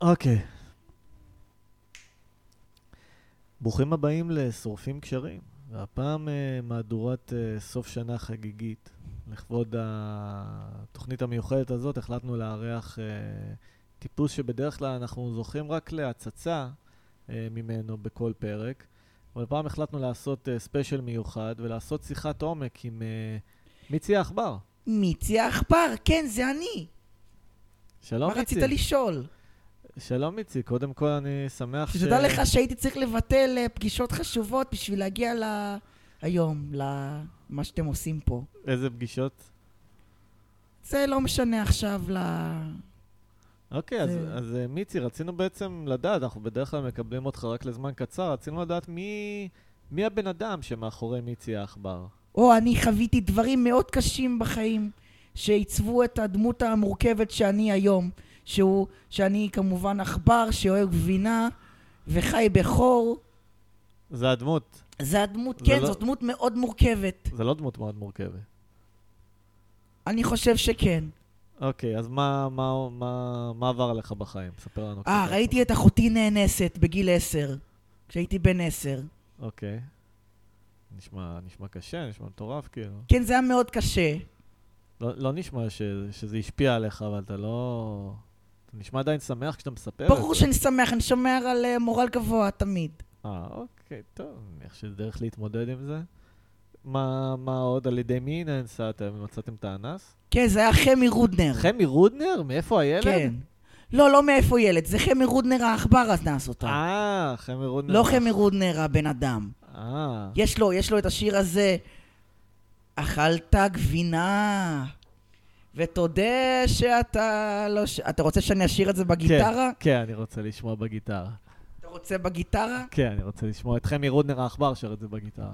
אוקיי. ברוכים הבאים לשורפים קשרים, והפעם מהדורת סוף שנה חגיגית. לכבוד התוכנית המיוחדת הזאת החלטנו לארח טיפוס שבדרך כלל אנחנו זוכים רק להצצה ממנו בכל פרק, אבל פעם החלטנו לעשות ספיישל מיוחד ולעשות שיחת עומק עם מיצי העכבר. מיצי העכבר, כן, זה אני. שלום מיצי. מה רצית לשאול? שלום מיצי, קודם כל אני שמח שתדע לך שהייתי צריך לבטל פגישות חשובות בשביל להגיע היום, למה שאתם עושים פה. איזה פגישות? זה לא משנה עכשיו אוקיי, אז מיצי, רצינו בעצם לדעת, אנחנו בדרך כלל מקבלים אותך רק לזמן קצר, רצינו לדעת מי הבן אדם שמאחורי מיצי העכבר. אני חוויתי דברים מאוד קשים בחיים, שעיצבו את הדמות המורכבת שאני היום. שאני כמובן עכבר שאוהב גבינה וחי בחור. זה הדמות. זה הדמות, כן, זאת דמות מאוד מורכבת. זה לא דמות מאוד מורכבת. אני חושב שכן. אוקיי, אז מה עבר עליך בחיים? ספר לנו. ראיתי את אחותי נאנסת בגיל 10, כשהייתי בן 10. אוקיי. נשמע קשה, נשמע מטורף כאילו. כן, זה היה מאוד קשה. לא נשמע שזה השפיע עליך, אבל אתה לא... אתה נשמע עדיין שמח כשאתה מספר את זה. ברור שאני שמח, אני שומר על מורל גבוה תמיד. אוקיי, טוב, אני חושב שזה דרך להתמודד עם זה. מה עוד? על ידי מי נאנסתם? מצאתם את האנס? כן, זה היה חמי רודנר. חמי רודנר? מאיפה הילד? כן. לא מאיפה ילד, זה חמי רודנר העכבר אז נאס אותה. חמי רודנר. לא חמי רודנר הבן אדם. יש לו את השיר הזה, אכלת גבינה, ותודה שאתה לא... אתה רוצה שאני אשיר את זה בגיטרה? כן, אני רוצה לשמוע בגיטרה. אתה רוצה בגיטרה? כן, אני רוצה לשמוע את חמי רודנר העכבר שר את זה בגיטרה.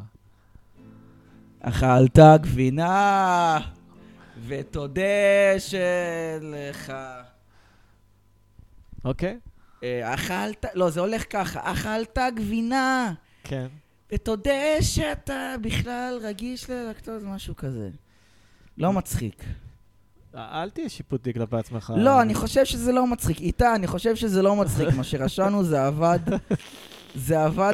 אכלת גבינה, ותודה שלך. אוקיי. אכלת... לא, זה הולך ככה. אכלת גבינה. כן. ותודה שאתה בכלל רגיש ללקטוז, משהו כזה. לא מצחיק. אל תהיה שיפוטי כלפי עצמך. לא, אני חושב שזה לא מצחיק. איתה, אני חושב שזה לא מצחיק. מה שרשנו זה עבד... זה עבד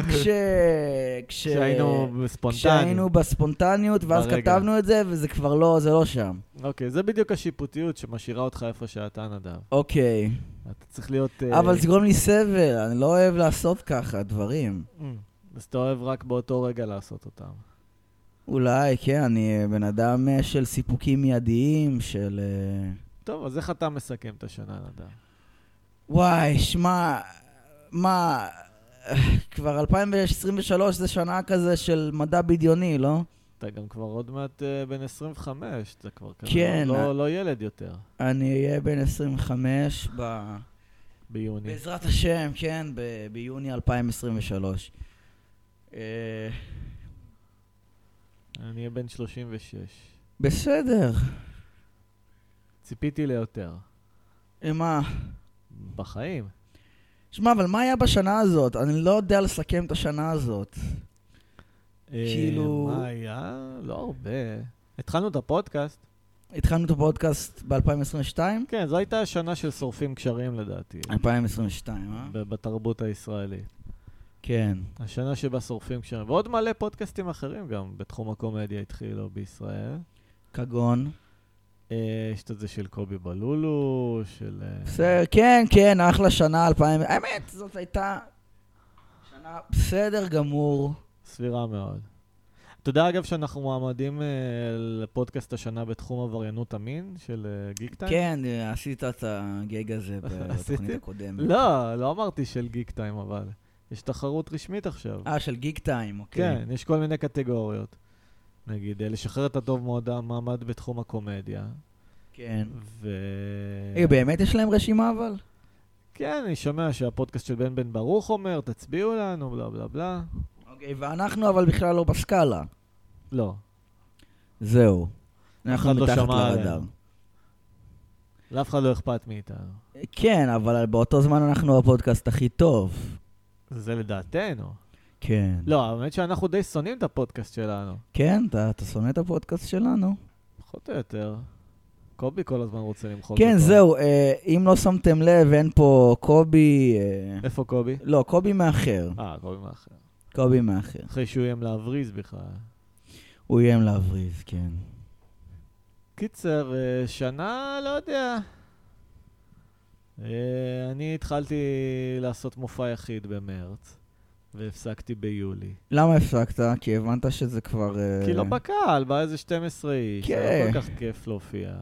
כשהיינו בספונטניות, ואז כתבנו את זה, וזה כבר לא, זה לא שם. אוקיי, זה בדיוק השיפוטיות שמשאירה אותך איפה שאתה נדב. אוקיי. אתה צריך להיות... אבל זה גורם לי סבל, אני לא אוהב לעשות ככה דברים. אז אתה אוהב רק באותו רגע לעשות אותם. אולי, כן, אני בן אדם של סיפוקים מיידיים, של... טוב, אז איך אתה מסכם את השנה, נדב? וואי, שמע, מה... כבר 2023 זה שנה כזה של מדע בדיוני, לא? אתה גם כבר עוד מעט בן 25, אתה כבר כזה כן, לא ילד יותר. אני אהיה בן 25 ביוני. בעזרת השם, כן, ביוני 2023. אני אהיה בן 36. בסדר. ציפיתי ליותר. מה? בחיים. שמע, אבל מה היה בשנה הזאת? אני לא יודע לסכם את השנה הזאת. כאילו... מה היה? לא הרבה. התחלנו את הפודקאסט. התחלנו את הפודקאסט ב-2022? כן, זו הייתה השנה של שורפים קשרים לדעתי. 2022, בתרבות הישראלית. כן. השנה שבה שורפים קשרים. ועוד מלא פודקאסטים אחרים גם בתחום הקומדיה התחילו בישראל. כגון? יש את זה של קובי בלולו, של... כן, אחלה שנה 2000. האמת, זאת הייתה שנה בסדר גמור. סבירה מאוד. אתה יודע אגב שאנחנו מועמדים לפודקאסט השנה בתחום עבריינות המין של גיק טיים? כן, עשית את הגיג הזה בתוכנית הקודמת. לא אמרתי של גיק טיים, אבל יש תחרות רשמית עכשיו. של גיק טיים, אוקיי. כן, יש כל מיני קטגוריות. נגיד, לשחרר את הטוב מאוד המעמד בתחום הקומדיה. כן. באמת יש להם רשימה אבל? כן, אני שומע שהפודקאסט של בן ברוך אומר, תצביעו לנו, בלה בלה בלה. אוקיי, ואנחנו אבל בכלל לא בסקאלה. לא. זהו. אנחנו מתחת לרדאר. לאף אחד לא אכפת מאיתנו. כן, אבל באותו זמן אנחנו הפודקאסט הכי טוב. זה לדעתנו. כן. לא, האמת שאנחנו די שונאים את הפודקאסט שלנו. כן, אתה שונא את הפודקאסט שלנו? פחות או יותר. קובי כל הזמן רוצה למחוק כן, אותו. זהו, אם לא שמתם לב, אין פה קובי... איפה קובי? לא, קובי מאחר. קובי מאחר. קובי מאחר. אחרי שהוא איים להבריז בכלל. הוא איים להבריז, כן. קיצר, שנה, לא יודע. אני התחלתי לעשות מופע יחיד במרץ, והפסקתי ביולי. למה הפסקת? כי הבנת שזה כבר... כי לא בקהל, בא איזה 12 איש. כן. זה לא כל כך כיף להופיע.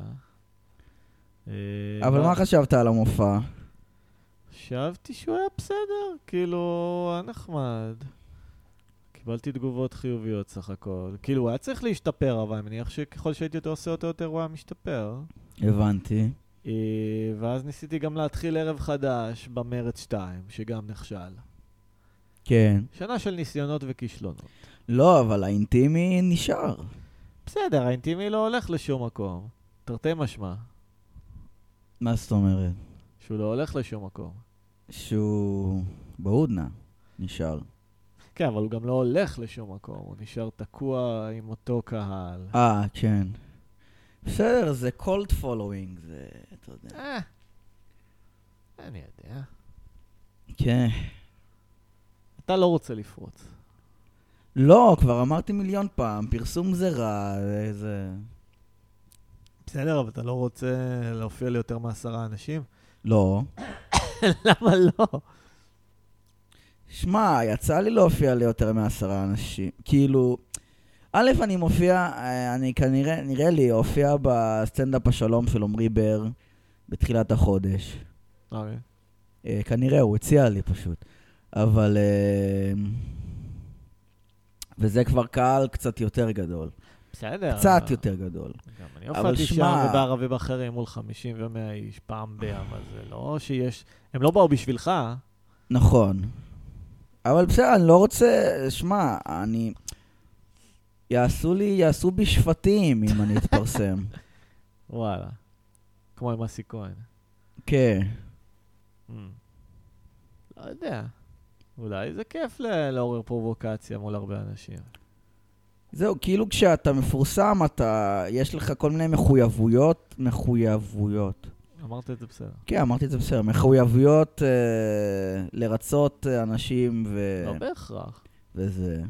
אבל מה חשבת על המופע? חשבתי שהוא היה בסדר, כאילו, היה נחמד. קיבלתי תגובות חיוביות סך הכל. כאילו, הוא היה צריך להשתפר, אבל אני מניח שככל שהייתי עושה אותו יותר, הוא היה משתפר. הבנתי. ואז ניסיתי גם להתחיל ערב חדש במרץ 2, שגם נכשל. כן. שנה של ניסיונות וכישלונות. לא, אבל האינטימי נשאר. בסדר, האינטימי לא הולך לשום מקום. תרתי משמע. מה זאת אומרת? שהוא לא הולך לשום מקום. שהוא בהודנה נשאר. כן, אבל הוא גם לא הולך לשום מקום. הוא נשאר תקוע עם אותו קהל. כן. בסדר, זה cold following, זה, אתה יודע. אני יודע. כן. אתה לא רוצה לפרוץ. לא, כבר אמרתי מיליון פעם, פרסום זה רע, זה... בסדר, אבל אתה לא רוצה להופיע ליותר מ10 אנשים? לא. למה לא? שמע, יצא לי להופיע ליותר מ10 אנשים. כאילו, א', אני מופיע, אני כנראה, נראה לי, הופיע בסטנדאפ השלום של עומרי בר בתחילת החודש. אוקיי. כנראה, הוא הציע לי פשוט. אבל... וזה כבר קהל קצת יותר גדול. בסדר. קצת יותר גדול. גם אני הופעתי שם בערבים אחרים מול 50 ו100 איש פעם אבל זה לא שיש... הם לא באו בשבילך. נכון. אבל בסדר, אני לא רוצה... שמע, יעשו בי שפטים אם אני אתפרסם. וואלה. כמו עם אסי כהן. כן. לא יודע. אולי זה כיף לעורר פרובוקציה מול הרבה אנשים. זהו, כאילו כשאתה מפורסם, יש לך כל מיני מחויבויות. אמרת את זה בסדר. כן, אמרתי את זה בסדר. מחויבויות לרצות אנשים לא בהכרח. וזה...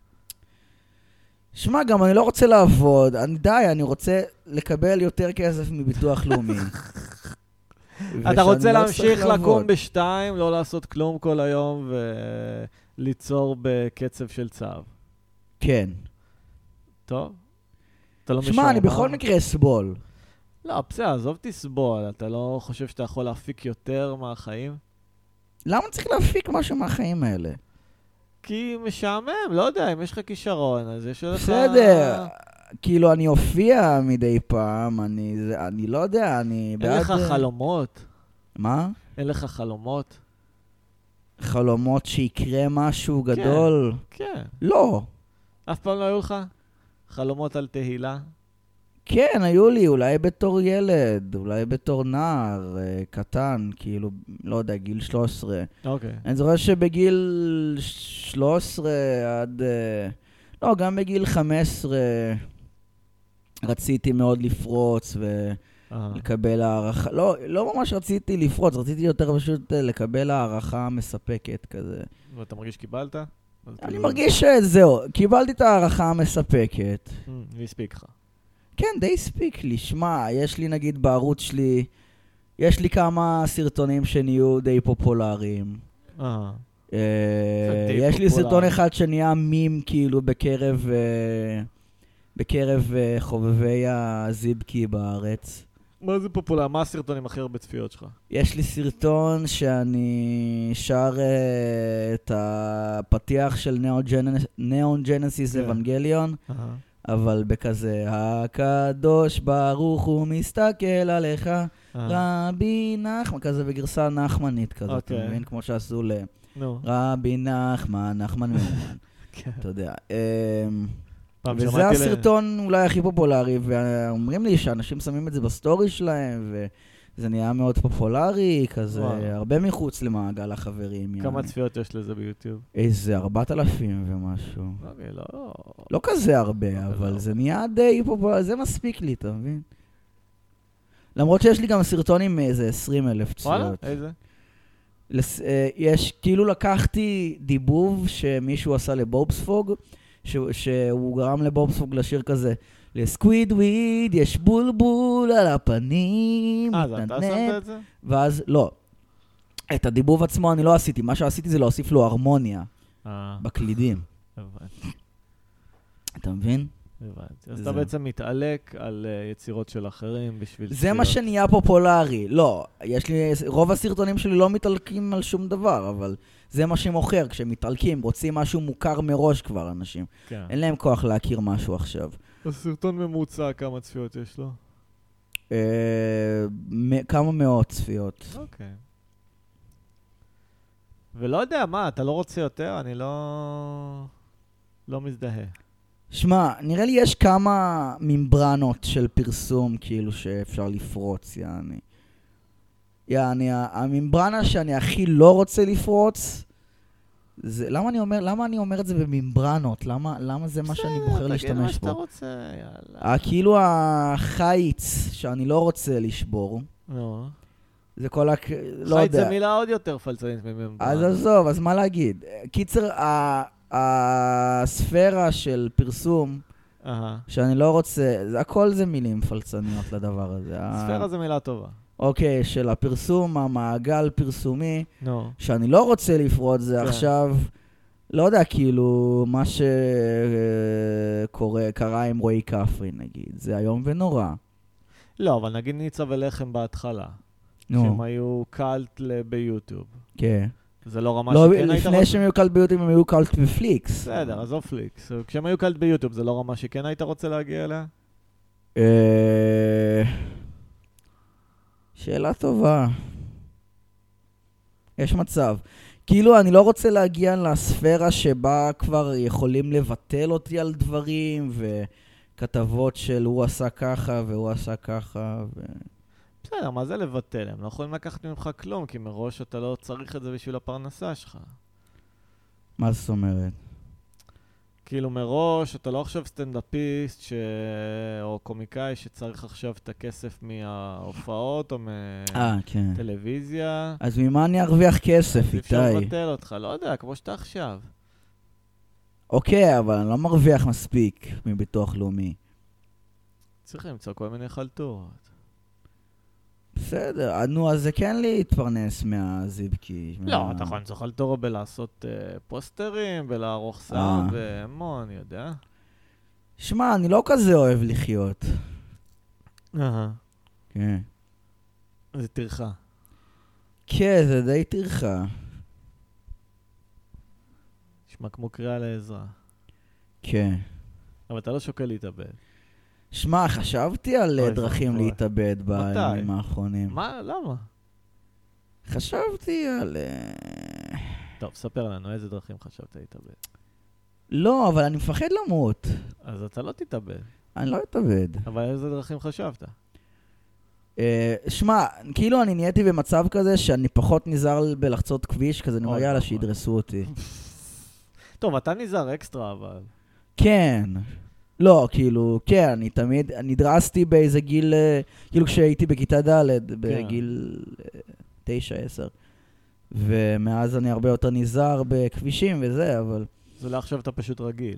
שמע, גם אני לא רוצה לעבוד. אני רוצה לקבל יותר כסף מביטוח לאומי. אתה רוצה להמשיך לקום ב2, לא לעשות כלום כל היום וליצור בקצב של צו. כן. טוב. אתה לא שמע, אני בכל מקרה אסבול. לא, בסדר, עזוב תסבול. אתה לא חושב שאתה יכול להפיק יותר מהחיים? למה צריך להפיק משהו מהחיים האלה? כי משעמם, לא יודע, אם יש לך כישרון, אז יש לך... בסדר, כאילו אני הופיע מדי פעם, אני לא יודע, אני בעד... אין לך חלומות? מה? אין לך חלומות? חלומות שיקרה משהו גדול? כן. לא. אף פעם לא היו לך חלומות על תהילה? כן, היו לי, אולי בתור ילד, אולי בתור נער קטן, כאילו, לא יודע, גיל 13. אוקיי. אני זוכר שבגיל 13 עד... לא, גם בגיל 15 רציתי מאוד לפרוץ ולקבל הערכה. לא ממש רציתי לפרוץ, רציתי יותר פשוט לקבל הערכה מספקת כזה. ואתה מרגיש קיבלת? אני מרגיש שזהו, קיבלתי את הערכה המספקת. והספיק לך. כן, די הספיק לי. שמע, יש לי נגיד בערוץ שלי, יש לי כמה סרטונים שנהיו די פופולריים. יש לי סרטון אחד שנהיה מים כאילו בקרב חובבי הזיבקי בארץ. מה זה פופולר? מה הסרטונים הכי הרבה צפיות שלך? יש לי סרטון שאני שר את הפתיח של נאון ג'נסיס אבנגליון, אבל בכזה, הקדוש ברוך הוא מסתכל עליך, רבי נחמן, כזה בגרסה נחמנית כזאת, אתה מבין? כמו שעשו רבי נחמן מאומן. אתה יודע. וזה הסרטון אולי הכי פופולרי, ואומרים לי שאנשים שמים את זה בסטורי שלהם, וזה נהיה מאוד פופולרי, כזה הרבה מחוץ למעגל החברים. כמה צפיות יש לזה ביוטיוב? איזה 4,000 ומשהו. אוקיי, לא... לא כזה הרבה, אבל זה נהיה די פופולרי, זה מספיק לי, אתה מבין? למרות שיש לי גם סרטון עם איזה 20,000 צפיות. וואלה? איזה? יש, כאילו לקחתי דיבוב שמישהו עשה לבובספוג, שהוא גרם לבובספוג לשיר כזה, לסקוויד וויד, יש בולבול על הפנים, אז אתה שמת את זה? ואז, לא. את הדיבוב עצמו אני לא עשיתי, מה שעשיתי זה להוסיף לו הרמוניה בקלידים. הבנתי. אתה מבין? הבנתי. אז אתה בעצם מתעלק על יצירות של אחרים בשביל... זה מה שנהיה פופולרי. לא, רוב הסרטונים שלי לא מתעלקים על שום דבר, אבל זה מה שמוכר. כשהם מתעלקים, רוצים משהו מוכר מראש כבר, אנשים. כן. אין להם כוח להכיר משהו עכשיו. הסרטון ממוצע, כמה צפיות יש לו? כמה מאות צפיות. אוקיי. ולא יודע מה, אתה לא רוצה יותר? אני לא מזדהה. שמע, נראה לי יש כמה ממברנות של פרסום כאילו שאפשר לפרוץ, יעני, הממברנה שאני הכי לא רוצה לפרוץ, זה, למה אני אומר את זה בממברנות? למה זה מה שאני בוחר להשתמש בו? תגיד מה שאתה רוצה, יאללה. כאילו החיץ שאני לא רוצה לשבור. לא. זה כל לא חיץ יודע. זה מילה עוד יותר פלצנית מממברנה. אז עזוב, אז מה להגיד? קיצר, הספירה של פרסום, שאני לא רוצה, הכל זה מילים פלצניות לדבר הזה. ספירה זה מילה טובה. אוקיי, של הפרסום, המעגל פרסומי, נו. שאני לא רוצה לפרוט זה כן. עכשיו, לא יודע, כאילו, מה קרה עם רועי כפרי, נגיד, זה היום ונורא. לא, אבל נגיד ניצה ולחם בהתחלה. נו. שהם היו קלט ביוטיוב. כן. זה לא רמה לא, שכן היית רוצה... לפני שהם היו קלט ביוטיוב, הם היו קלט בפליקס. בסדר, עזוב פליקס. כשהם היו קלט ביוטיוב, זה לא רמה שכן היית רוצה להגיע אליה? שאלה טובה. יש מצב. כאילו, אני לא רוצה להגיע לספירה שבה כבר יכולים לבטל אותי על דברים, וכתבות של הוא עשה ככה והוא עשה ככה. בסדר, מה זה לבטל? הם לא יכולים לקחת ממך כלום, כי מראש אתה לא צריך את זה בשביל הפרנסה שלך. מה זאת אומרת? כאילו מראש, אתה לא עכשיו סטנדאפיסט או קומיקאי שצריך עכשיו את הכסף מההופעות או מטלוויזיה. אז ממה אני ארוויח כסף, איתי? אפשר לבטל אותך, לא יודע, כמו שאתה עכשיו. אוקיי, אבל אני לא מרוויח מספיק מביטוח לאומי. צריך למצוא כל מיני חלטורות. בסדר, נו, אז זה כן להתפרנס מהזיבקי. לא, אתה יכול למצוא חלטורו בלעשות פוסטרים, בלערוך סאונד, ומו, אני יודע. שמע, אני לא כזה אוהב לחיות. כן. זה טרחה. כן, זה די טרחה. נשמע כמו קריאה לעזרה. כן. אבל אתה לא שוקל להתאבד. שמע, חשבתי על דרכים להתאבד בימים האחרונים. מה? למה? חשבתי על... טוב, ספר לנו, איזה דרכים חשבת להתאבד? לא, אבל אני מפחד למות. אז אתה לא תתאבד. אני לא אתאבד. אבל איזה דרכים חשבת? שמע, כאילו אני נהייתי במצב כזה שאני פחות נזהר בלחצות כביש, כזה אני אומר, יאללה, שידרסו אותי. טוב, אתה נזהר אקסטרה, אבל... כן. לא, כאילו, כן, אני תמיד, אני דרסתי באיזה גיל, כאילו כשהייתי בכיתה ד' בגיל 9-10. ומאז אני הרבה יותר נזהר בכבישים וזה, אבל... זה לא עכשיו אתה פשוט רגיל.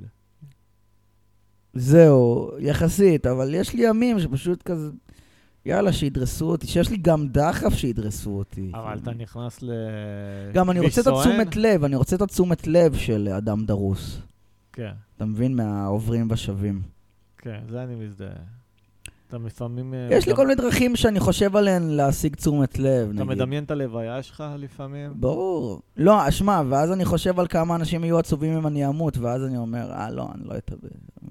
זהו, יחסית, אבל יש לי ימים שפשוט כזה, יאללה, שידרסו אותי, שיש לי גם דחף שידרסו אותי. אבל אתה נכנס גם אני רוצה את התשומת לב, אני רוצה את התשומת לב של אדם דרוס. כן. אתה מבין? מהעוברים בשווים. כן, זה אני מזדהה. אתה לפעמים... יש לי כל מיני דרכים שאני חושב עליהן להשיג תשומת לב, נגיד. אתה מדמיין את הלוויה שלך לפעמים? ברור. לא, אשמע, ואז אני חושב על כמה אנשים יהיו עצובים אם אני אמות, ואז אני אומר, לא, אני לא אתאבד.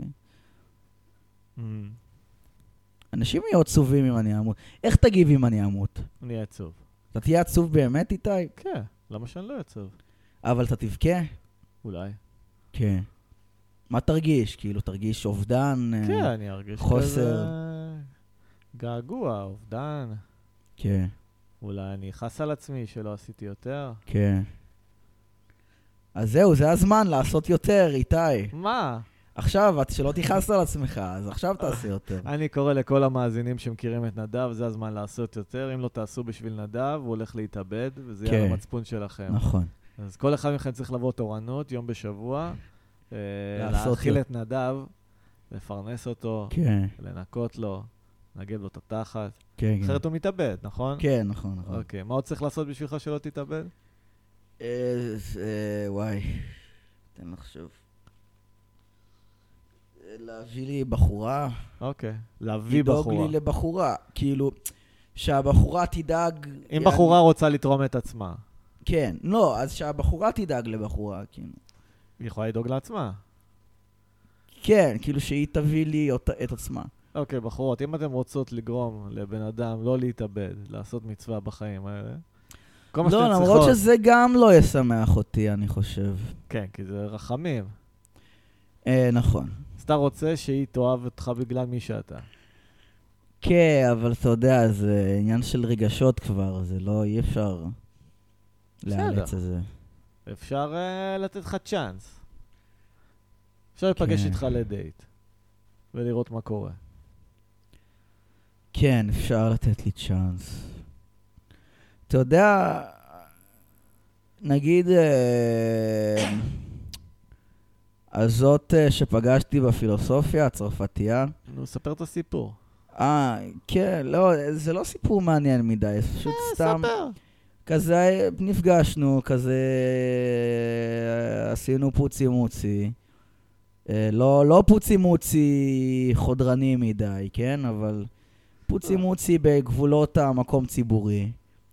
אנשים יהיו עצובים אם אני אמות. איך תגיב אם אני אמות? אני אהיה עצוב. אתה תהיה עצוב באמת, איתי? כן, למה שאני לא עצוב? אבל אתה תבכה? אולי. כן. מה תרגיש? כאילו, תרגיש אובדן, כן, אני ארגיש חוסר. געגוע, אובדן. כן. אולי אני חס על עצמי שלא עשיתי יותר. כן. אז זהו, זה הזמן לעשות יותר, איתי. מה? עכשיו, שלא תכעס על עצמך, אז עכשיו תעשה יותר. אני קורא לכל המאזינים שמכירים את נדב, זה הזמן לעשות יותר. אם לא תעשו בשביל נדב, הוא הולך להתאבד, וזה יהיה המצפון שלכם. נכון. אז כל אחד מכם צריך לבוא תורנות, יום בשבוע, להאכיל את נדב, לפרנס אותו, לנקות לו, נגב לו את התחת. אחרת הוא מתאבד, נכון? כן, נכון. אוקיי, מה עוד צריך לעשות בשבילך שלא תתאבד? וואי, תן לחשוב. להביא לי בחורה. אוקיי, להביא בחורה. לדאוג לי לבחורה, כאילו, שהבחורה תדאג... אם בחורה רוצה לתרום את עצמה. כן, לא, אז שהבחורה תדאג לבחורה, כאילו. היא יכולה לדאוג לעצמה. כן, כאילו שהיא תביא לי את עצמה. אוקיי, בחורות, אם אתם רוצות לגרום לבן אדם לא להתאבד, לעשות מצווה בחיים האלה, לא, למרות שזה גם לא ישמח אותי, אני חושב. כן, כי זה רחמים. נכון. אז אתה רוצה שהיא תאהב אותך בגלל מי שאתה. כן, אבל אתה יודע, זה עניין של רגשות כבר, זה לא, אי אפשר להאלץ את זה. אפשר לתת לך צ'אנס. אפשר לפגש איתך לדייט, ולראות מה קורה. כן, אפשר לתת לי צ'אנס. אתה יודע, נגיד, הזאת שפגשתי בפילוסופיה, הצרפתייה. נו, ספר את הסיפור. כן, לא, זה לא סיפור מעניין מדי, זה פשוט סתם. ספר. כזה נפגשנו, כזה עשינו פוצי מוצי. לא פוצי מוצי חודרני מדי, כן? אבל פוצי מוצי בגבולות המקום ציבורי.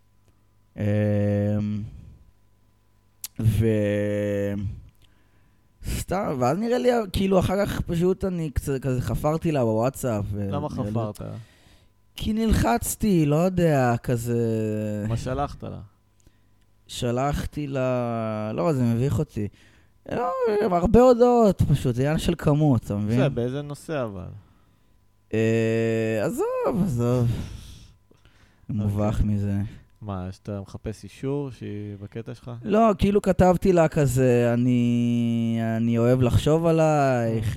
סתם, ואז נראה לי, כאילו אחר כך פשוט אני כזה חפרתי לה בוואטסאפ. למה חפרת? כי נלחצתי, לא יודע, כזה... מה שלחת לה? שלחתי לה... לא, זה מביך אותי. לא, הרבה הודעות פשוט, זה עניין של כמות, אתה מבין? זה, באיזה נושא אבל? עזוב. מובך מזה. מה, שאתה מחפש אישור שהיא בקטע שלך? לא, כאילו כתבתי לה כזה, אני אוהב לחשוב עלייך,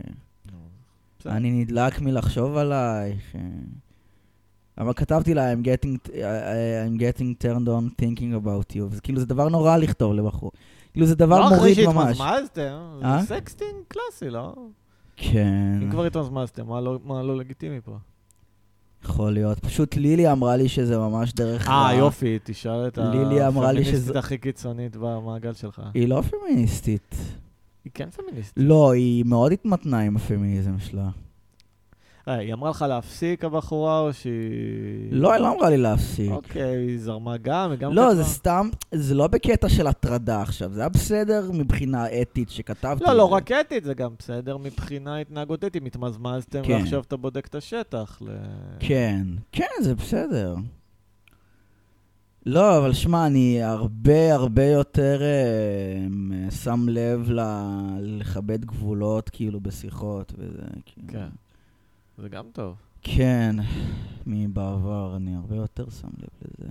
אני נדלק מלחשוב עלייך. אבל כתבתי לה, I'm getting turned on thinking about you. זה כאילו, זה דבר נורא לכתוב לבחור. כאילו, זה דבר מוריד ממש. לא אחרי שהתמזמזתם, זה סקסטינג קלאסי, לא? כן. אם כבר התמזמזתם, מה לא לגיטימי פה? יכול להיות. פשוט לילי אמרה לי שזה ממש דרך... יופי, תשאל את הפמיניסטית הכי קיצונית במעגל שלך. היא לא פמיניסטית. היא כן פמיניסטית. לא, היא מאוד התמתנה עם הפמיניזם שלה. היא אמרה לך להפסיק הבחורה או שהיא... לא, היא לא אמרה לי להפסיק. אוקיי, היא זרמה גם, היא גם... לא, זה סתם, זה לא בקטע של הטרדה עכשיו, זה היה בסדר מבחינה אתית שכתבתי. לא רק אתית, זה גם בסדר מבחינה התנהגות אתית, מתמזמזתם ועכשיו אתה בודק את השטח. כן, זה בסדר. לא, אבל שמע, אני הרבה יותר שם לב לכבד גבולות כאילו בשיחות וזה. כן. זה גם טוב. כן, מבעבר, אני הרבה יותר שם לב לזה.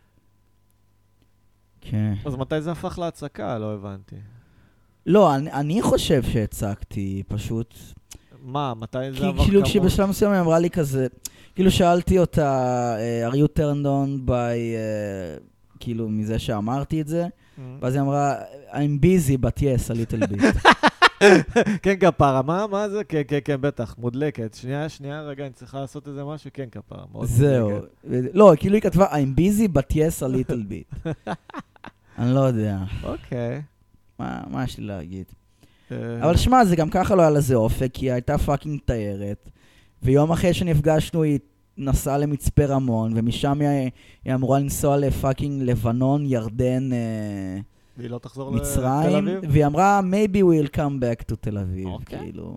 כן. אז מתי זה הפך להצקה? לא הבנתי. לא, אני חושב שהצקתי, פשוט... מה? מתי זה עבר כמות? כאילו כשבשלב מסוים היא אמרה לי כזה, כאילו שאלתי אותה, are you turned on by, כאילו מזה שאמרתי את זה, ואז היא אמרה, I'm busy, but yes, a little bit. כן, כפרה, מה זה? כן, בטח, מודלקת. שנייה, רגע, אני צריכה לעשות איזה משהו? כן, כפרה, מאוד מודלקת. זהו. לא, כאילו היא כתבה, I'm busy, but yes, a little bit. אני לא יודע. אוקיי. מה יש לי להגיד? אבל שמע, זה גם ככה לא היה לזה אופק, כי היא הייתה פאקינג תיירת, ויום אחרי שנפגשנו היא נסעה למצפה רמון, ומשם היא אמורה לנסוע לפאקינג לבנון, ירדן, והיא לא תחזור מצרים, והיא אמרה, maybe we'll come back to תל אביב. אוקיי. כאילו,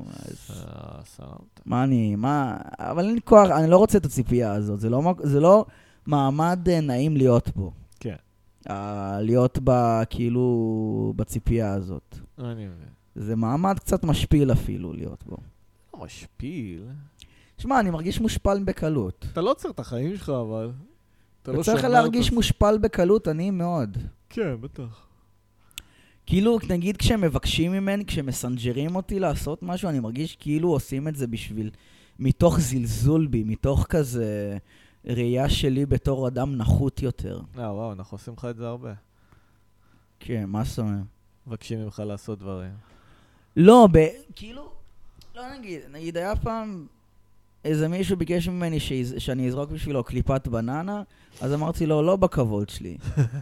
אבל אין לי כוח, אני לא רוצה את הציפייה הזאת, זה לא מעמד נעים להיות בו. כן. להיות כאילו בציפייה הזאת. אני מבין. זה מעמד קצת משפיל אפילו להיות בו. לא משפיל? שמע, אני מרגיש מושפל בקלות. אתה לא צריך את החיים שלך, אבל... אתה צריך להרגיש מושפל בקלות, אני מאוד. כן, בטח. כאילו, נגיד כשמבקשים ממני, כשמסנג'רים אותי לעשות משהו, אני מרגיש כאילו עושים את זה מתוך זלזול בי, מתוך כזה ראייה שלי בתור אדם נחות יותר. וואו, אנחנו עושים לך את זה הרבה. כן, מה זאת אומרת? מבקשים ממך לעשות דברים. לא, כאילו, לא נגיד, היה פעם איזה מישהו ביקש ממני שאני אזרוק בשבילו קליפת בננה, אז אמרתי לו, לא בכבוד שלי.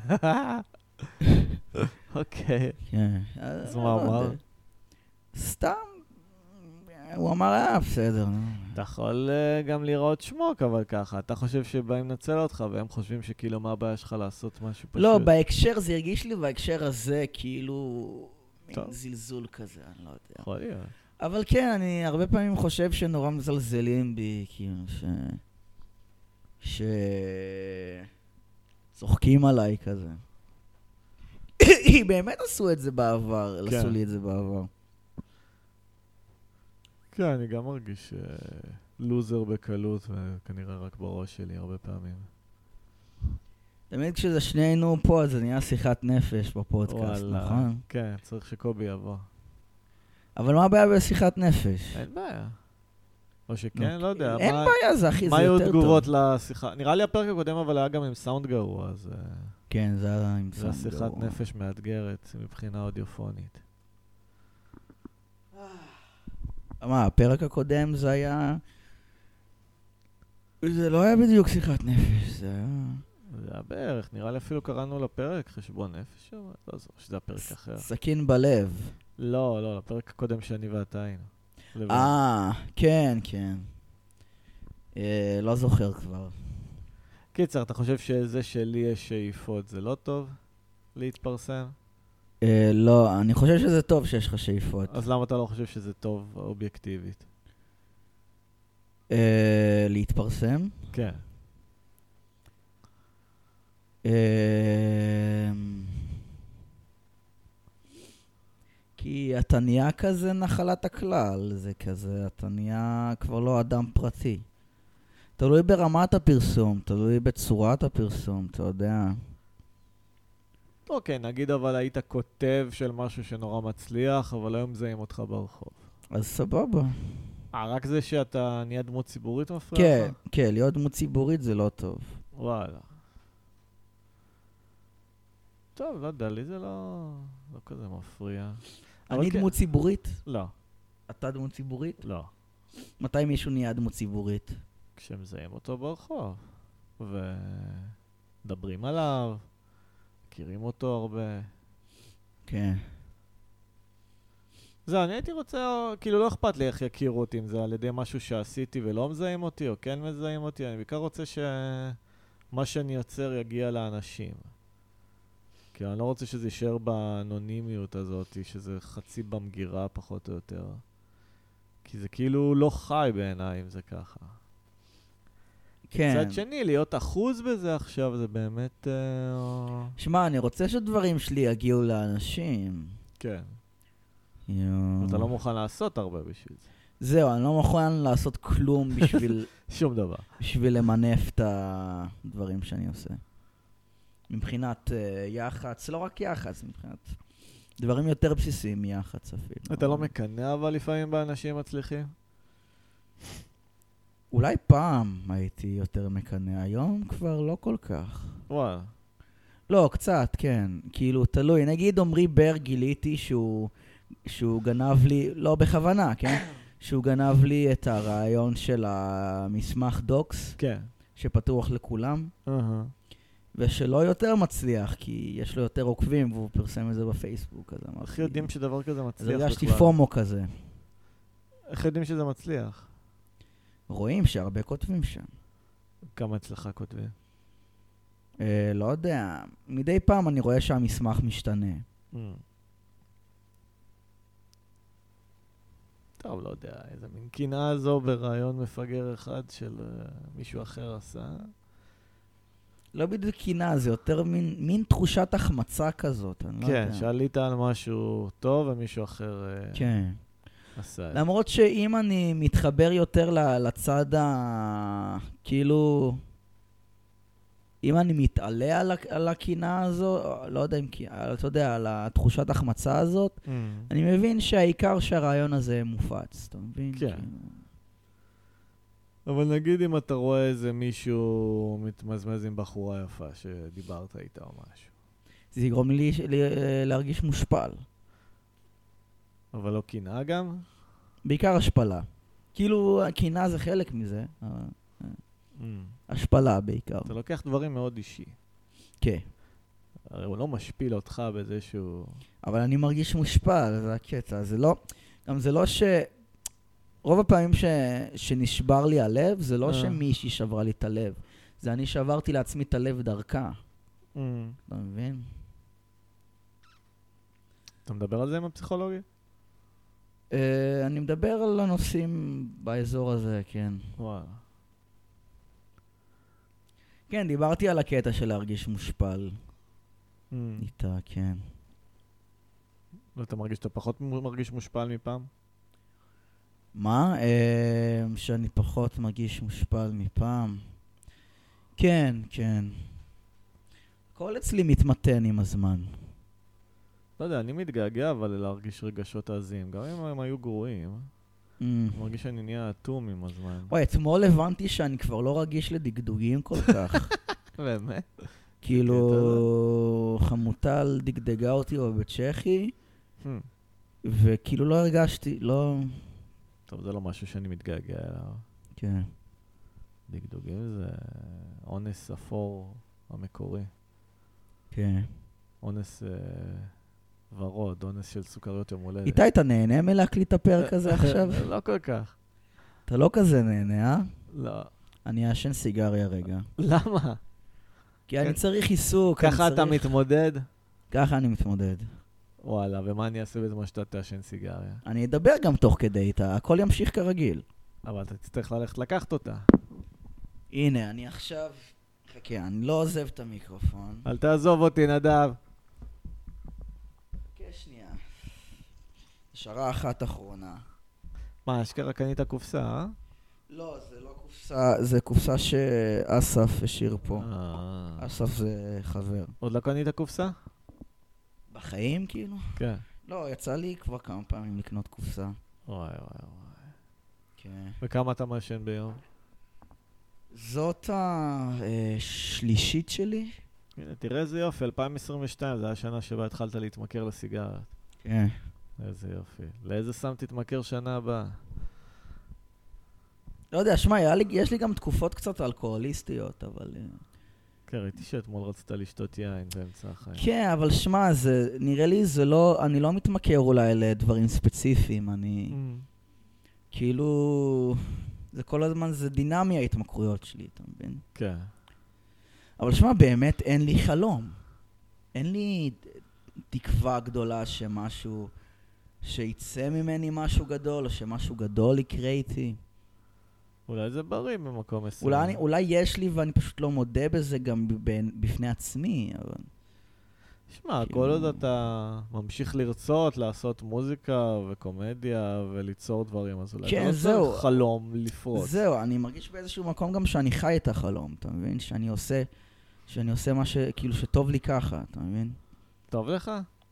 אוקיי. כן. אז מה אמר? סתם. הוא אמר, בסדר. אתה יכול גם לראות שמוק, אבל ככה. אתה חושב שבאים לנצל אותך, והם חושבים שכאילו מה הבעיה שלך לעשות משהו פשוט. לא, בהקשר, זה הרגיש לי בהקשר הזה, כאילו, מין זלזול כזה, אני לא יודע. יכול להיות. אבל כן, אני הרבה פעמים חושב שנורא מזלזלים בי, כאילו, צוחקים עליי כזה. באמת עשו את זה בעבר, עשו לי את זה בעבר. כן, אני גם מרגיש לוזר בקלות, וכנראה רק בראש שלי הרבה פעמים. תמיד כשזה שנינו פה, אז זה נהיה שיחת נפש בפודקאסט, נכון? כן, צריך שקובי יבוא. אבל מה הבעיה בשיחת נפש? אין בעיה. או שכן, לא יודע. אין בעיה, זה אחי, זה מה היו יותר טוב. תגובות לשיחה? נראה לי הפרק הקודם, אבל היה גם עם סאונד גרוע, אז... כן, זה היה עם סאונד זה גרוע. שיחת נפש מאתגרת מבחינה אודיופונית. מה, הפרק הקודם זה היה... זה לא היה בדיוק שיחת נפש, זה היה... זה היה בערך, נראה לי אפילו קראנו לפרק חשבון נפש, אבל לא זו, שזה הפרק אחר. סכין בלב. לא, לפרק הקודם שאני ואתה היינו. כן, כן. לא זוכר כבר. קיצר, אתה חושב שזה שלי יש שאיפות, זה לא טוב להתפרסם? לא, אני חושב שזה טוב שיש לך שאיפות. אז למה אתה לא חושב שזה טוב אובייקטיבית? להתפרסם? כן. כי אתה נהיה כזה נחלת הכלל, זה כזה, אתה נהיה כבר לא אדם פרטי. תלוי ברמת הפרסום, תלוי בצורת הפרסום, אתה יודע. אוקיי, נגיד אבל היית כותב של משהו שנורא מצליח, אבל היום מזהים אותך ברחוב. אז סבבה. רק זה שאתה נהיה דמות ציבורית מפריע לך? כן, להיות דמות ציבורית זה לא טוב. וואלה. טוב, לא יודע, לי זה לא כזה מפריע. אני דמות ציבורית? לא. אתה דמות ציבורית? לא. מתי מישהו נהיה דמות ציבורית? כשמזהים אותו ברחוב. ודברים עליו, מכירים אותו הרבה. כן. זה, אני הייתי רוצה, כאילו לא אכפת לי איך יכירו אותי, אם זה על ידי משהו שעשיתי ולא מזהים אותי, או כן מזהים אותי. אני בעיקר רוצה שמה שאני יוצר יגיע לאנשים. כי אני לא רוצה שזה יישאר באנונימיות הזאת, שזה חצי במגירה פחות או יותר. כי זה כאילו לא חי בעיניי אם זה ככה. כן. מצד שני, להיות אחוז בזה עכשיו זה באמת... שמע, אני רוצה שדברים שלי יגיעו לאנשים. כן. אתה לא מוכן לעשות הרבה בשביל זה. זהו, אני לא מוכן לעשות כלום בשביל... שום דבר. בשביל למנף את הדברים שאני עושה. מבחינת יח"צ, לא רק יח"צ, מבחינת דברים יותר בסיסיים מיח"צ אפילו. אתה לא מקנא אבל לפעמים באנשים מצליחים? אולי פעם הייתי יותר מקנא, היום כבר לא כל כך. וואלה. לא, קצת, כן. כאילו, תלוי. נגיד עמרי בר גיליתי שהוא גנב לי, לא בכוונה, כן? שהוא גנב לי את הרעיון של המסמך דוקס. כן. שפתוח לכולם. ושלא יותר מצליח, כי יש לו יותר עוקבים, והוא פרסם את זה בפייסבוק. איך יודעים שדבר כזה מצליח? אז הרגשתי פומו כזה. איך יודעים שזה מצליח? רואים שהרבה כותבים שם. כמה אצלך כותבים? לא יודע. מדי פעם אני רואה שהמסמך משתנה. טוב, לא יודע. איזה מין קנאה זו ברעיון מפגר אחד של מישהו אחר עשה. לא בדיוק קנאה, זה יותר מין תחושת החמצה כזאת. כן, שעלית על משהו טוב ומישהו אחר עשה. למרות שאם אני מתחבר יותר לצד כאילו... אם אני מתעלה על הקינה הזו, לא יודע אם, אתה יודע, על התחושת החמצה הזאת, אני מבין שהעיקר שהרעיון הזה מופץ, אתה מבין? כן. אבל נגיד אם אתה רואה איזה מישהו מתמזמז עם בחורה יפה שדיברת איתה או משהו. זה יגרום לי להרגיש מושפל. אבל לא קינה גם? בעיקר השפלה. כאילו, קינה זה חלק מזה. השפלה בעיקר. אתה לוקח דברים מאוד אישי. כן. הרי הוא לא משפיל אותך בזה שהוא... אבל אני מרגיש מושפל, זה הקטע. זה לא... גם זה לא ש... רוב הפעמים שנשבר לי הלב, זה לא שמישהי שברה לי את הלב. זה אני שברתי לעצמי את הלב דרכה. אתה מבין? אתה מדבר על זה עם הפסיכולוגיה? אני מדבר על הנושאים באזור הזה, כן. וואו. כן, דיברתי על הקטע של להרגיש מושפל. איתה, כן. ואתה מרגיש שאתה פחות מרגיש מושפל מפעם? מה? שאני פחות מרגיש מושפל מפעם? כן, כן. הכל אצלי מתמתן עם הזמן. לא יודע, אני מתגעגע אבל להרגיש רגשות עזים. גם אם הם היו גרועים, אני מרגיש שאני נהיה אטום עם הזמן. וואי, אתמול הבנתי שאני כבר לא רגיש לדגדוגים כל כך. באמת? כאילו, חמוטל דגדגה אותי בבית צ'כי, וכאילו לא הרגשתי, לא... טוב, זה לא משהו שאני מתגעגע אליו. כן. דגדוגים זה אונס אפור המקורי. כן. אונס ורוד, אונס של סוכריות יום הולדת. איתי, אתה נהנה מלהקליט את הפרק הזה עכשיו? לא כל כך. אתה לא כזה נהנה, אה? לא. אני אעשן סיגריה רגע. למה? כי אני צריך עיסוק. ככה אתה מתמודד? ככה אני מתמודד. וואלה, ומה אני אעשה בזמן שאתה תעשן סיגריה? אני אדבר גם תוך כדי איתה, הכל ימשיך כרגיל. אבל אתה תצטרך ללכת לקחת אותה. הנה, אני עכשיו... חכה, אני לא עוזב את המיקרופון. אל תעזוב אותי, נדב. חכה שנייה. שרה אחת אחרונה. מה, אשכרה קנית קופסה, אה? לא, זה לא קופסה, זה קופסה שאסף השאיר פה. אסף זה חבר. עוד לא קנית קופסה? בחיים כאילו? כן. לא, יצא לי כבר כמה פעמים לקנות קופסה. וואי וואי וואי. כן. וכמה אתה מעשן ביום? זאת השלישית שלי. הנה, תראה איזה יופי, 2022, זה השנה שבה התחלת להתמכר לסיגרת. כן. איזה יופי. לאיזה סם תתמכר שנה הבאה? לא יודע, שמע, יש לי גם תקופות קצת אלכוהוליסטיות, אבל... כן, ראיתי שאתמול רצית לשתות יין באמצע החיים. כן, אבל שמע, נראה לי זה לא... אני לא מתמכר אולי לדברים ספציפיים, אני... כאילו... זה כל הזמן, זה דינמי ההתמכרויות שלי, אתה מבין? כן. אבל שמע, באמת אין לי חלום. אין לי תקווה גדולה שמשהו... שיצא ממני משהו גדול, או שמשהו גדול יקרה איתי. אולי זה בריא במקום מסוים. אולי יש לי ואני פשוט לא מודה בזה גם בפני עצמי, אבל... שמע, כל עוד אתה ממשיך לרצות לעשות מוזיקה וקומדיה וליצור דברים, אז אולי אתה לא צריך חלום לפרוץ. זהו, אני מרגיש באיזשהו מקום גם שאני חי את החלום, אתה מבין? שאני עושה מה כאילו שטוב לי ככה, אתה מבין? טוב לך?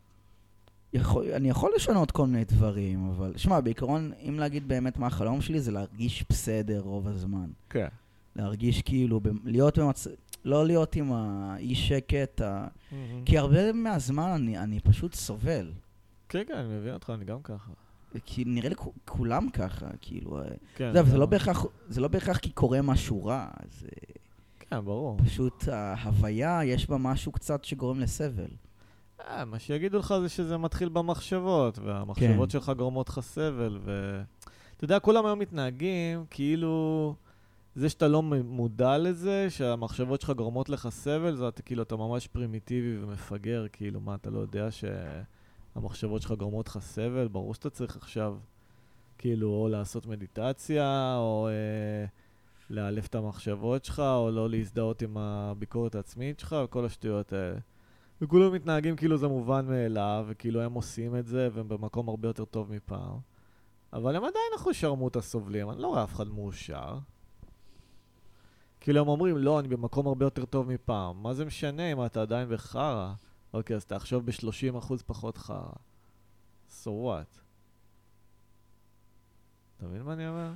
אני יכול לשנות כל מיני דברים, אבל... שמע, בעיקרון, אם להגיד באמת מה החלום שלי, זה להרגיש בסדר רוב הזמן. כן. להרגיש כאילו, לא להיות עם האי שקט, כי הרבה מהזמן אני פשוט סובל. כן, כן, אני מבין אותך, אני גם ככה. כי נראה לי כולם ככה, כאילו... כן. זה לא בהכרח כי קורה משהו רע, זה... כן, ברור. פשוט ההוויה, יש בה משהו קצת שגורם לסבל. מה שיגידו לך זה שזה מתחיל במחשבות, והמחשבות שלך גורמות לך סבל, אתה יודע, כולם היום מתנהגים כאילו זה שאתה לא מודע לזה, שהמחשבות שלך גורמות לך סבל, זה כאילו אתה ממש פרימיטיבי ומפגר, כאילו מה, אתה לא יודע שהמחשבות שלך גורמות לך סבל? ברור שאתה צריך עכשיו כאילו או לעשות מדיטציה, או לאלף את המחשבות שלך, או לא להזדהות עם הביקורת העצמית שלך, וכל השטויות האלה. וכולם מתנהגים כאילו זה מובן מאליו, וכאילו הם עושים את זה, והם במקום הרבה יותר טוב מפעם. אבל הם עדיין אנחנו שרמות הסובלים, אני לא רואה אף אחד מאושר. כאילו הם אומרים, לא, אני במקום הרבה יותר טוב מפעם. מה זה משנה אם אתה עדיין בחרה? אוקיי, אז תחשוב ב-30% פחות חרה. So what? אתה מבין מה אני אומר?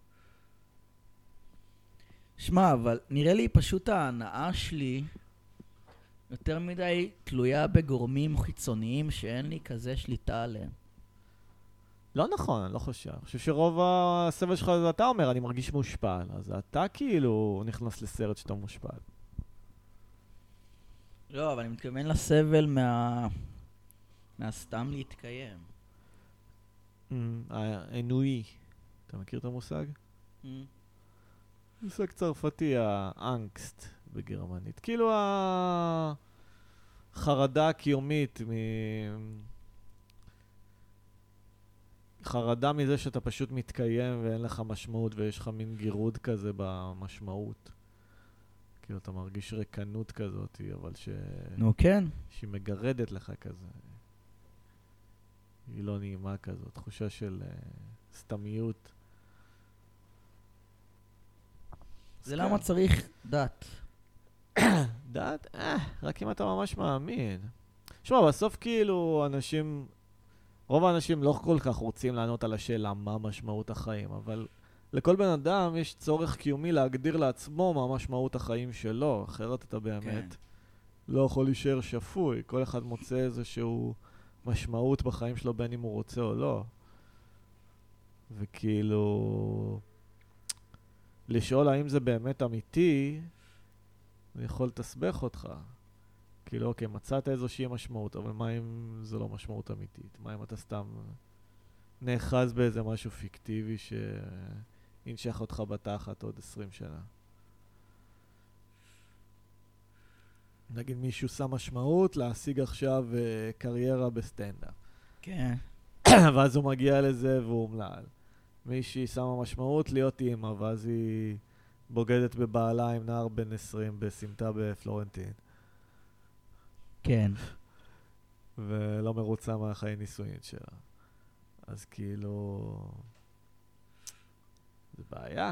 שמע, אבל נראה לי פשוט ההנאה שלי יותר מדי תלויה בגורמים חיצוניים שאין לי כזה שליטה עליהם. לא נכון, אני לא חושב. אני חושב שרוב הסבל שלך זה אתה אומר, אני מרגיש מושפל. אז אתה כאילו נכנס לסרט שאתה מושפל. לא, אבל אני מתכוון לסבל מהסתם להתקיים. האנואי. אתה מכיר את המושג? מושג צרפתי, האנגסט בגרמנית. כאילו החרדה הקיומית חרדה מזה שאתה פשוט מתקיים ואין לך משמעות ויש לך מין גירוד כזה במשמעות. כאילו אתה מרגיש רקנות כזאת, אבל נו כן. שהיא מגרדת לך כזה. היא לא נעימה כזאת, תחושה של סתמיות. זה למה צריך דת. דת? רק אם אתה ממש מאמין. שמע, בסוף כאילו אנשים, רוב האנשים לא כל כך רוצים לענות על השאלה מה משמעות החיים, אבל לכל בן אדם יש צורך קיומי להגדיר לעצמו מה משמעות החיים שלו, אחרת אתה באמת לא יכול להישאר שפוי. כל אחד מוצא איזשהו משמעות בחיים שלו בין אם הוא רוצה או לא. וכאילו לשאול האם זה באמת אמיתי, זה יכול לתסבך אותך. כאילו, אוקיי, מצאת איזושהי משמעות, אבל מה אם זה לא משמעות אמיתית? מה אם אתה סתם נאחז באיזה משהו פיקטיבי שינשך אותך בתחת עוד 20 שנה? נגיד מישהו שם משמעות להשיג עכשיו קריירה בסטנדאפ. כן. ואז הוא מגיע לזה והוא אומלל. מישהי שמה משמעות להיות אימא, ואז היא בוגדת בבעלה עם נער בן 20 בסמטה בפלורנטין. כן. ולא מרוצה מהחיי נישואין שלה. אז כאילו זה בעיה.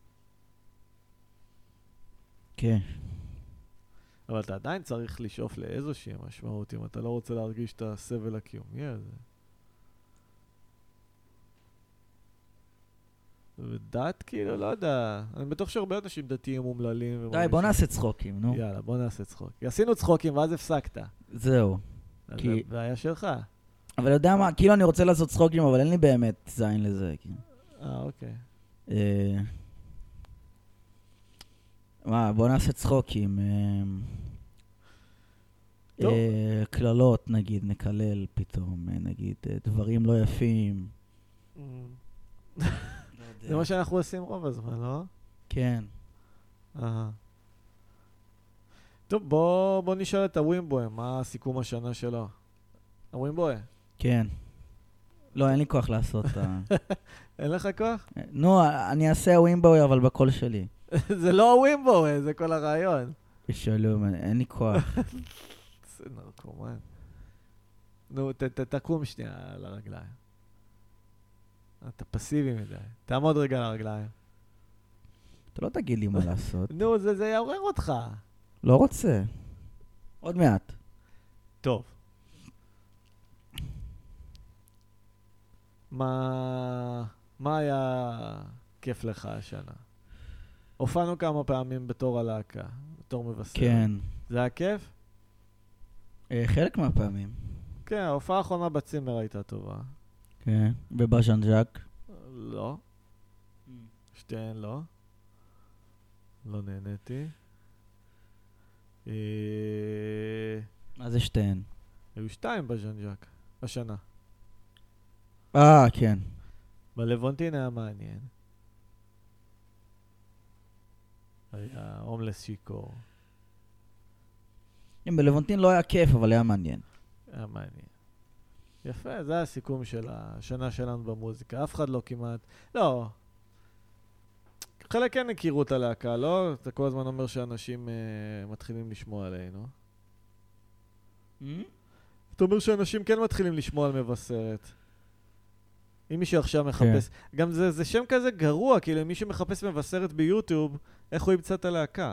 כן. אבל אתה עדיין צריך לשאוף לאיזושהי משמעות, אם אתה לא רוצה להרגיש את הסבל הקיומי הזה. ודת כאילו, לא יודע. אני בטוח שהרבה אנשים דתיים מומללים. די, בוא נעשה צחוקים, נו. יאללה, בוא נעשה צחוק. עשינו צחוקים ואז הפסקת. זהו. זה בעיה שלך. אבל יודע מה, כאילו אני רוצה לעשות צחוקים, אבל אין לי באמת זין לזה. אוקיי. מה, בוא נעשה צחוקים. כללות, נגיד, נקלל פתאום, נגיד, דברים לא יפים. זה מה שאנחנו עושים רוב הזמן, לא? כן. טוב, בוא נשאל את הווימבוי, מה הסיכום השנה שלו? הווימבוי? כן. לא, אין לי כוח לעשות. אין לך כוח? נו, אני אעשה ווימבוי, אבל בקול שלי. זה לא הווימבוי, זה כל הרעיון. בשלום, אין לי כוח. זה נרקומן. נו, תקום שנייה על הרגליים. אתה פסיבי מדי. תעמוד רגע על הרגליים. אתה לא תגיד לי מה לעשות. נו, זה יעורר אותך. לא רוצה. עוד מעט. טוב. מה היה כיף לך השנה? הופענו כמה פעמים בתור הלהקה, בתור מבשר. כן. זה היה כיף? חלק מהפעמים. כן, ההופעה האחרונה בצימר הייתה טובה. כן. בבז'אנג'אק? לא. שתיהן לא. לא נהניתי. מה זה שתיהן? היו 2 בז'אנג'אק, השנה. כן. בלוונטין היה מעניין. היה הומלס שיקור. בלוונטין לא היה כיף, אבל היה מעניין. היה מעניין. יפה, זה הסיכום של השנה שלנו במוזיקה. אף אחד לא כמעט... לא. חלק כן הכירו את הלהקה, לא? אתה כל הזמן אומר שאנשים מתחילים לשמוע עלינו. אתה אומר שאנשים כן מתחילים לשמוע על מבשרת. אם מישהו עכשיו מחפש, גם זה שם כזה גרוע, כאילו אם מישהו מחפש מבשרת ביוטיוב, איך הוא ימצא את הלהקה?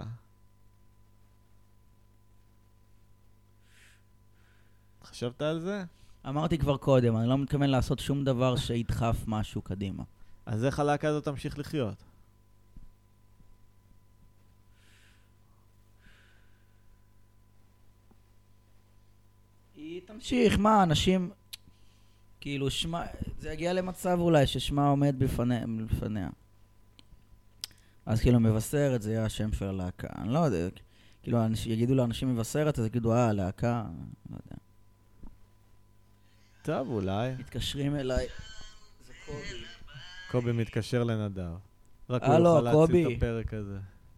חשבת על זה? אמרתי כבר קודם, אני לא מתכוון לעשות שום דבר שידחף משהו קדימה. אז איך הלהקה הזאת תמשיך לחיות? היא תמשיך, מה, אנשים... כאילו, זה יגיע למצב אולי ששמה עומד בפניה. אז כאילו, מבשרת, זה יהיה השם של הלהקה. אני לא יודע, כאילו, יגידו לאנשים מבשרת, אז יגידו, להקה, לא יודע. טוב, אולי. מתקשרים אליי. זה קובי. קובי מתקשר לנדב. רק הלו, הוא יוכל קובי. להציל את הפרק הזה.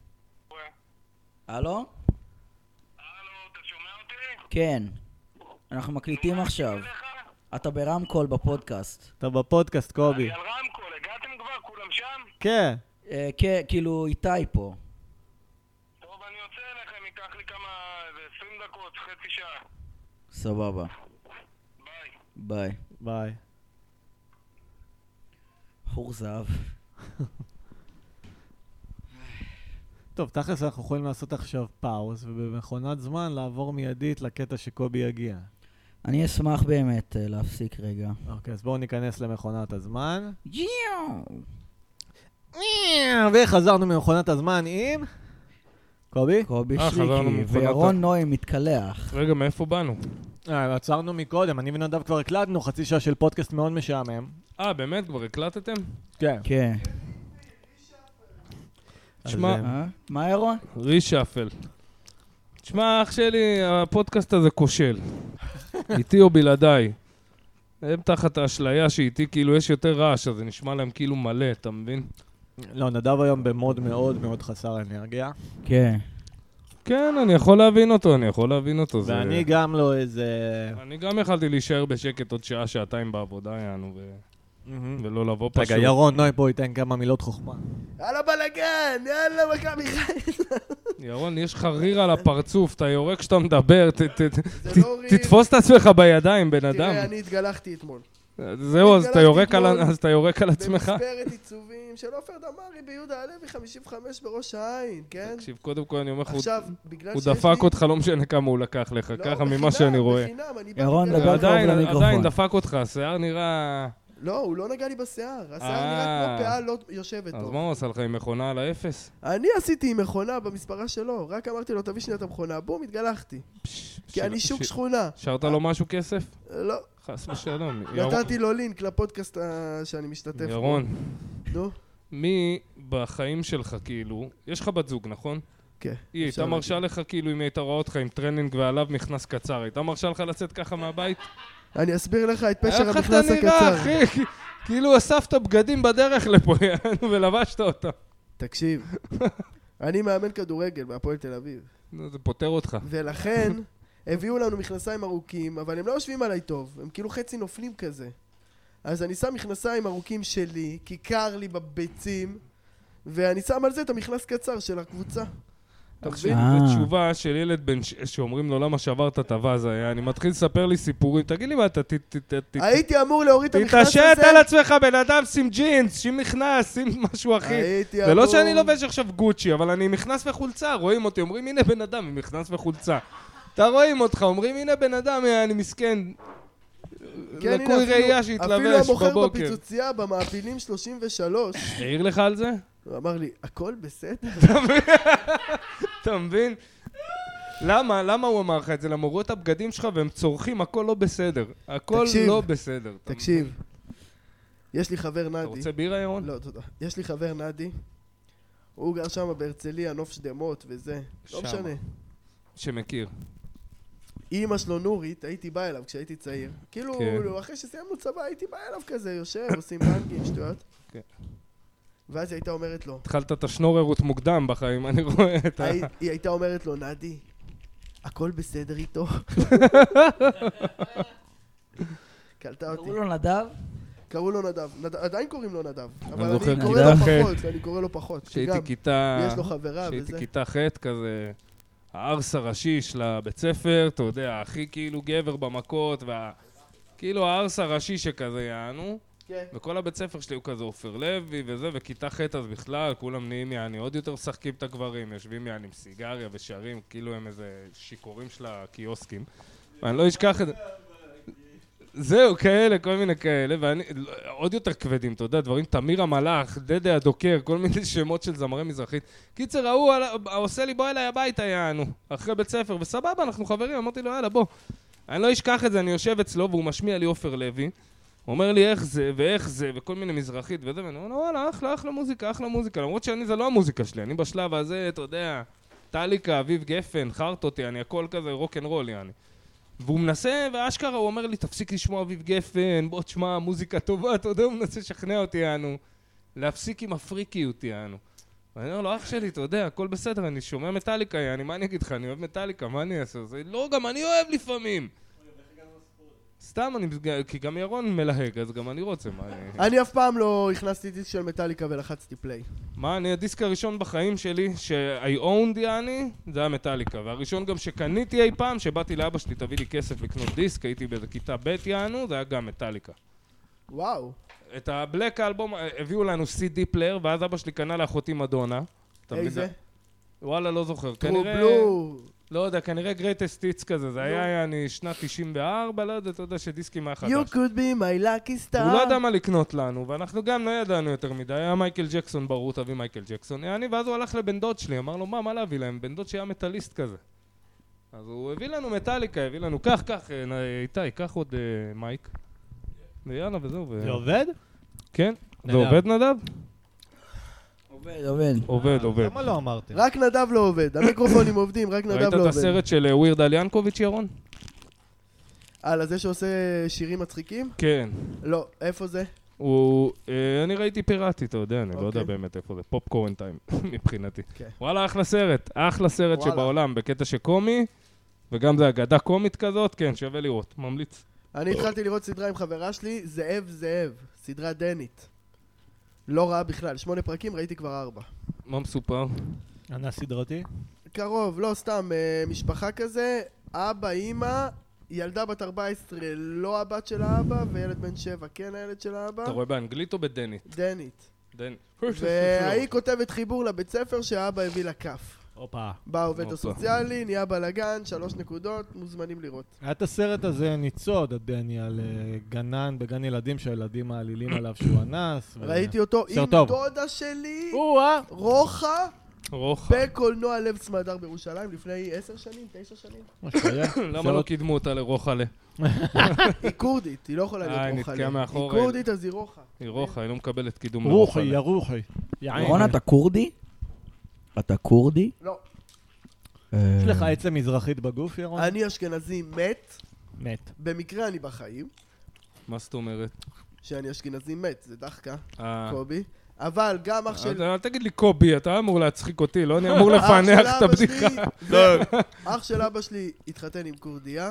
הלו? הלו, אתה שומע אותי? כן. אנחנו מקליטים עכשיו. אתה ברמקול בפודקאסט. אתה בפודקאסט, קובי. אני על רמקול, הגעתם כבר? כולם שם? כן. כן, כאילו, איתי פה. טוב, אני יוצא אליכם, ייקח לי כמה... 20 דקות, חצי שעה. סבבה. ביי. ביי. ביי. חור זהב. טוב, תכלס אנחנו יכולים לעשות עכשיו פאוז, ובמכונת זמן לעבור מיידית לקטע שקובי יגיע. אני אשמח באמת להפסיק רגע. אוקיי, אז בואו ניכנס למכונת הזמן. ג'יו! וחזרנו ממכונת הזמן עם... קובי? קובי חזרנו שריקי, ממכונת וירון נוי מתקלח. רגע, מאיפה באנו? עצרנו מקודם, אני ונדב כבר הקלטנו חצי שעה של פודקאסט מאוד משעמם. באמת? כבר הקלטתם? כן. כן. תשמע, מה ירון? רישאפל. תשמע, אח שלי, הפודקאסט הזה כושל. איתי או בלעדיי. הם תחת האשליה שאיתי כאילו יש יותר רעש, אז זה נשמע להם כאילו מלא, אתה מבין? לא, נדב היום במוד מאוד מאוד חסר אנרגיה. כן. כן, אני יכול להבין אותו, ואני גם לא איזה... אני גם יכלתי להישאר בשקט עוד שעה, שעתיים בעבודה, יענו, ולא לבוא פשוט. רגע, ירון, נוי פה ייתן כמה מילות חוכמה. יאללה בלגן, יאללה מכבי חיפה. ירון, יש לך ריר על הפרצוף, אתה יורק כשאתה מדבר, לא ריר. תתפוס את עצמך בידיים, בן אדם. תראה, אני התגלחתי אתמול. זהו, אז אתה יורק על עצמך? במספרת עיצובים של עופר דמרי ביהודה הלוי 55 בראש העין, כן? תקשיב, קודם כל אני אומר לך, עכשיו, בגלל הוא שיש לי... דפק אותך, לא משנה כמה הוא לקח לך, לא, ככה ממה שאני רואה. בחינם, אני ירון, בא דבר בגלל- קרוב למיקרופון. עדיין דפק אותך, השיער נראה... לא, הוא לא נגע לי בשיער. השיער נראה כמו פאה לא יושבת אז טוב. מה הוא עשה לך עם מכונה על האפס? אני עשיתי עם מכונה במספרה שלו, רק אמרתי לו, תביא שנייה את המכונה, בום, התגלחתי. כי אני שוק שכונה. שרת לו משהו כסף? לא, חס ושלום. נתתי לו לינק לפודקאסט שאני משתתף בו. ירון, נו, מי בחיים שלך כאילו, יש לך בת זוג, נכון? כן. היא הייתה מרשה לך כאילו אם הייתה רואה אותך עם טרנינג ועליו מכנס קצר, הייתה מרשה לך לצאת ככה מהבית? אני אסביר לך את פשר איך המכנס אתה נראה, הקצר. אחי? כאילו אספת בגדים בדרך לפה, יענו, ולבשת אותה. תקשיב, אני מאמן כדורגל בהפועל תל אביב. נו, זה פותר אותך. ולכן הביאו לנו מכנסיים ארוכים, אבל הם לא יושבים עליי טוב, הם כאילו חצי נופלים כזה. אז אני שם מכנסיים ארוכים שלי, כי קר לי בביצים, ואני שם על זה את המכנס קצר של הקבוצה. אתה עכשיו, מבין? זו תשובה של ילד בן שאומרים לו למה שברת את הוואזה, אני מתחיל לספר לי סיפורים, תגיד לי מה, אתה הייתי אמור להוריד את המכנס הזה. תתעשת על עצמך, בן אדם, שים ג'ינס, שים מכנס, שים משהו אחי. זה לא שאני לובש עכשיו גוצ'י, אבל אני מכנס וחולצה, רואים אותי, אומרים הנה בן אדם עם מכנס וחולצה. אתה רואים אותך, אומרים הנה בן אדם, אני מסכן. כן, לקוי הנה, ראייה שהתלבש אפילו המוכר בבוקר. בפיצוצייה במעפילים 33, העיר לך על זה? הוא אמר לי, הכל בסדר? אתה מבין? למה הוא אמר לך את זה? למה הוא רואה את הבגדים שלך והם צורכים, הכל לא בסדר. הכל תקשיב, לא בסדר. תקשיב, יש לי חבר נדי. אתה רוצה בירה, ירון? לא, תודה. יש לי חבר נדי, הוא גר שם בהרצליה, נוף שדמות וזה, לא שמה. משנה. שמכיר. אמא שלו נורית, הייתי בא אליו כשהייתי צעיר. כאילו, כן. אחרי שסיימנו צבא, הייתי בא אליו כזה, יושב, עושים בנקים, שטויות. כן. ואז היא הייתה אומרת לו, התחלת את השנוררות מוקדם בחיים, אני רואה את ה... היא הייתה אומרת לו, נדי, הכל בסדר איתו. קלטה אותי. קראו לו נדב? קראו לו נדב. עדיין קוראים לו נדב. אבל זוכר אני קורא לו כיתה פחות, אני קורא לו פחות. כי שהייתי גם כיתה... יש לו חברה שהייתי וזה. כיתה ח' כזה... הארס הראשי של הבית ספר, אתה יודע, הכי כאילו גבר במכות, כאילו הארס הראשי שכזה יענו, וכל הבית ספר שלי הוא כזה עופר לוי וזה, וכיתה ח' אז בכלל, כולם נהיים יעני, עוד יותר שחקים את הגברים, יושבים יעני עם סיגריה ושרים, כאילו הם איזה שיקורים של הקיוסקים. ואני לא אשכח את זה. זהו, כאלה, כל מיני כאלה, ואני, עוד יותר כבדים, אתה יודע, דברים, תמיר המלאך, דדי הדוקר, כל מיני שמות של זמרי מזרחית. קיצר, ההוא עושה לי בוא אליי הביתה, יענו, אחרי בית ספר, וסבבה, אנחנו חברים, אמרתי לו, יאללה, בוא. אני לא אשכח את זה, אני יושב אצלו, והוא משמיע לי עופר לוי, הוא אומר לי איך זה, ואיך זה, וכל מיני מזרחית, וזה, ואני אומר לו, וואלה, אחלה מוזיקה, למרות שאני, זה לא המוזיקה שלי, אני בשלב הזה, אתה יודע, טליקה, אביב גפן, חרטותי, אני הכל כזה רוק'נ'רול, יעני. והוא מנסה, ואשכרה הוא אומר לי, תפסיק לשמוע אביב גפן, בוא תשמע מוזיקה טובה, אתה יודע, הוא מנסה לשכנע אותי, יענו, להפסיק עם הפריקיות, יענו. ואני אומר לו, אח שלי, אתה יודע, הכל בסדר, אני שומע מטליקה, יעני, מה אני אגיד לך, אני אוהב מטליקה, מה אני אעשה? זה לא, גם אני אוהב לפעמים. סתם, כי גם ירון מלהג, אז גם אני רוצה, מה אני אף פעם לא הכנסתי דיסק של מטליקה ולחצתי פליי. מה, הדיסק הראשון בחיים שלי, ש-I owned יעני, זה היה מטליקה. והראשון גם שקניתי אי פעם, שבאתי לאבא שלי, תביא לי כסף לקנות דיסק, הייתי באיזה כיתה ב' יענו, זה היה גם מטליקה. וואו. את הבלק האלבום, הביאו לנו CD פלייר, ואז אבא שלי קנה לאחותי מדונה. איזה? וואלה, לא זוכר. טרו בלו. לא יודע, כנראה greatest hits כזה, זה היה אני שנת 94, לא יודע, אתה יודע שדיסקים היה חדש. You could be my lucky star. הוא לא ידע מה לקנות לנו, ואנחנו גם לא ידענו יותר מדי, היה מייקל ג'קסון ברור, תביא מייקל ג'קסון, ואז הוא הלך לבן דוד שלי, אמר לו, מה להביא להם? בן דוד שהיה מטליסט כזה. אז הוא הביא לנו מטליקה, הביא לנו, קח, איתי, קח עוד מייק. ויאללה, וזהו. זה עובד? כן. זה עובד, נדב? עובד. למה לא אמרתם? רק נדב לא עובד, המיקרופונים עובדים, רק נדב לא עובד. ראית את הסרט של ווירד אל ינקוביץ', ירון? זה שעושה שירים מצחיקים? כן. לא, איפה זה? אני ראיתי פיראטי, אתה יודע, אני לא יודע באמת איפה זה, פופקורן טיים, מבחינתי. וואלה, אחלה סרט שבעולם, בקטע שקומי, וגם זה אגדה קומית כזאת, כן, שווה לראות, ממליץ. אני התחלתי לראות סדרה עם חברה שלי, זאב, סדרה דנית. לא רעה בכלל, 8 פרקים, ראיתי כבר 4. מה מסופר? ענה סדרתי? קרוב, לא סתם, משפחה כזה, אבא, אמא, ילדה בת 14, לא הבת של האבא, וילד בן 7, כן הילד של האבא. אתה רואה באנגלית או בדנית? דנית. דנית. והיא כותבת חיבור לבית ספר שהאבא הביא לכף. אופה. בא עובד הסוציאלי, נהיה בלגן, 3 נקודות, מוזמנים לראות. היה את הסרט הזה ניצוד, דני, על גנן בגן ילדים שהילדים מעלילים עליו שהוא אנס. ראיתי אותו עם דודה שלי, רוחה, בקולנוע לב סמדר בירושלים, לפני 10 שנים, 9 שנים. למה לא קידמו אותה לרוחלה? היא קורדית, היא לא יכולה להיות רוחלה. היא קורדית, אז היא רוחה. היא רוחה, היא לא מקבלת קידום לרוחלה. יא רוחי. רון, אתה קורדי? אתה קורדי? לא. יש לך עצם מזרחית בגוף, ירון? אני אשכנזי מת. במקרה אני בחיים. מה זאת אומרת? שאני אשכנזי מת, זה דחקה, קובי. אבל גם אח של... אל תגיד לי קובי, אתה אמור להצחיק אותי, לא? אני אמור לפענח את הבדיחה. אח של אבא שלי התחתן עם קורדיה,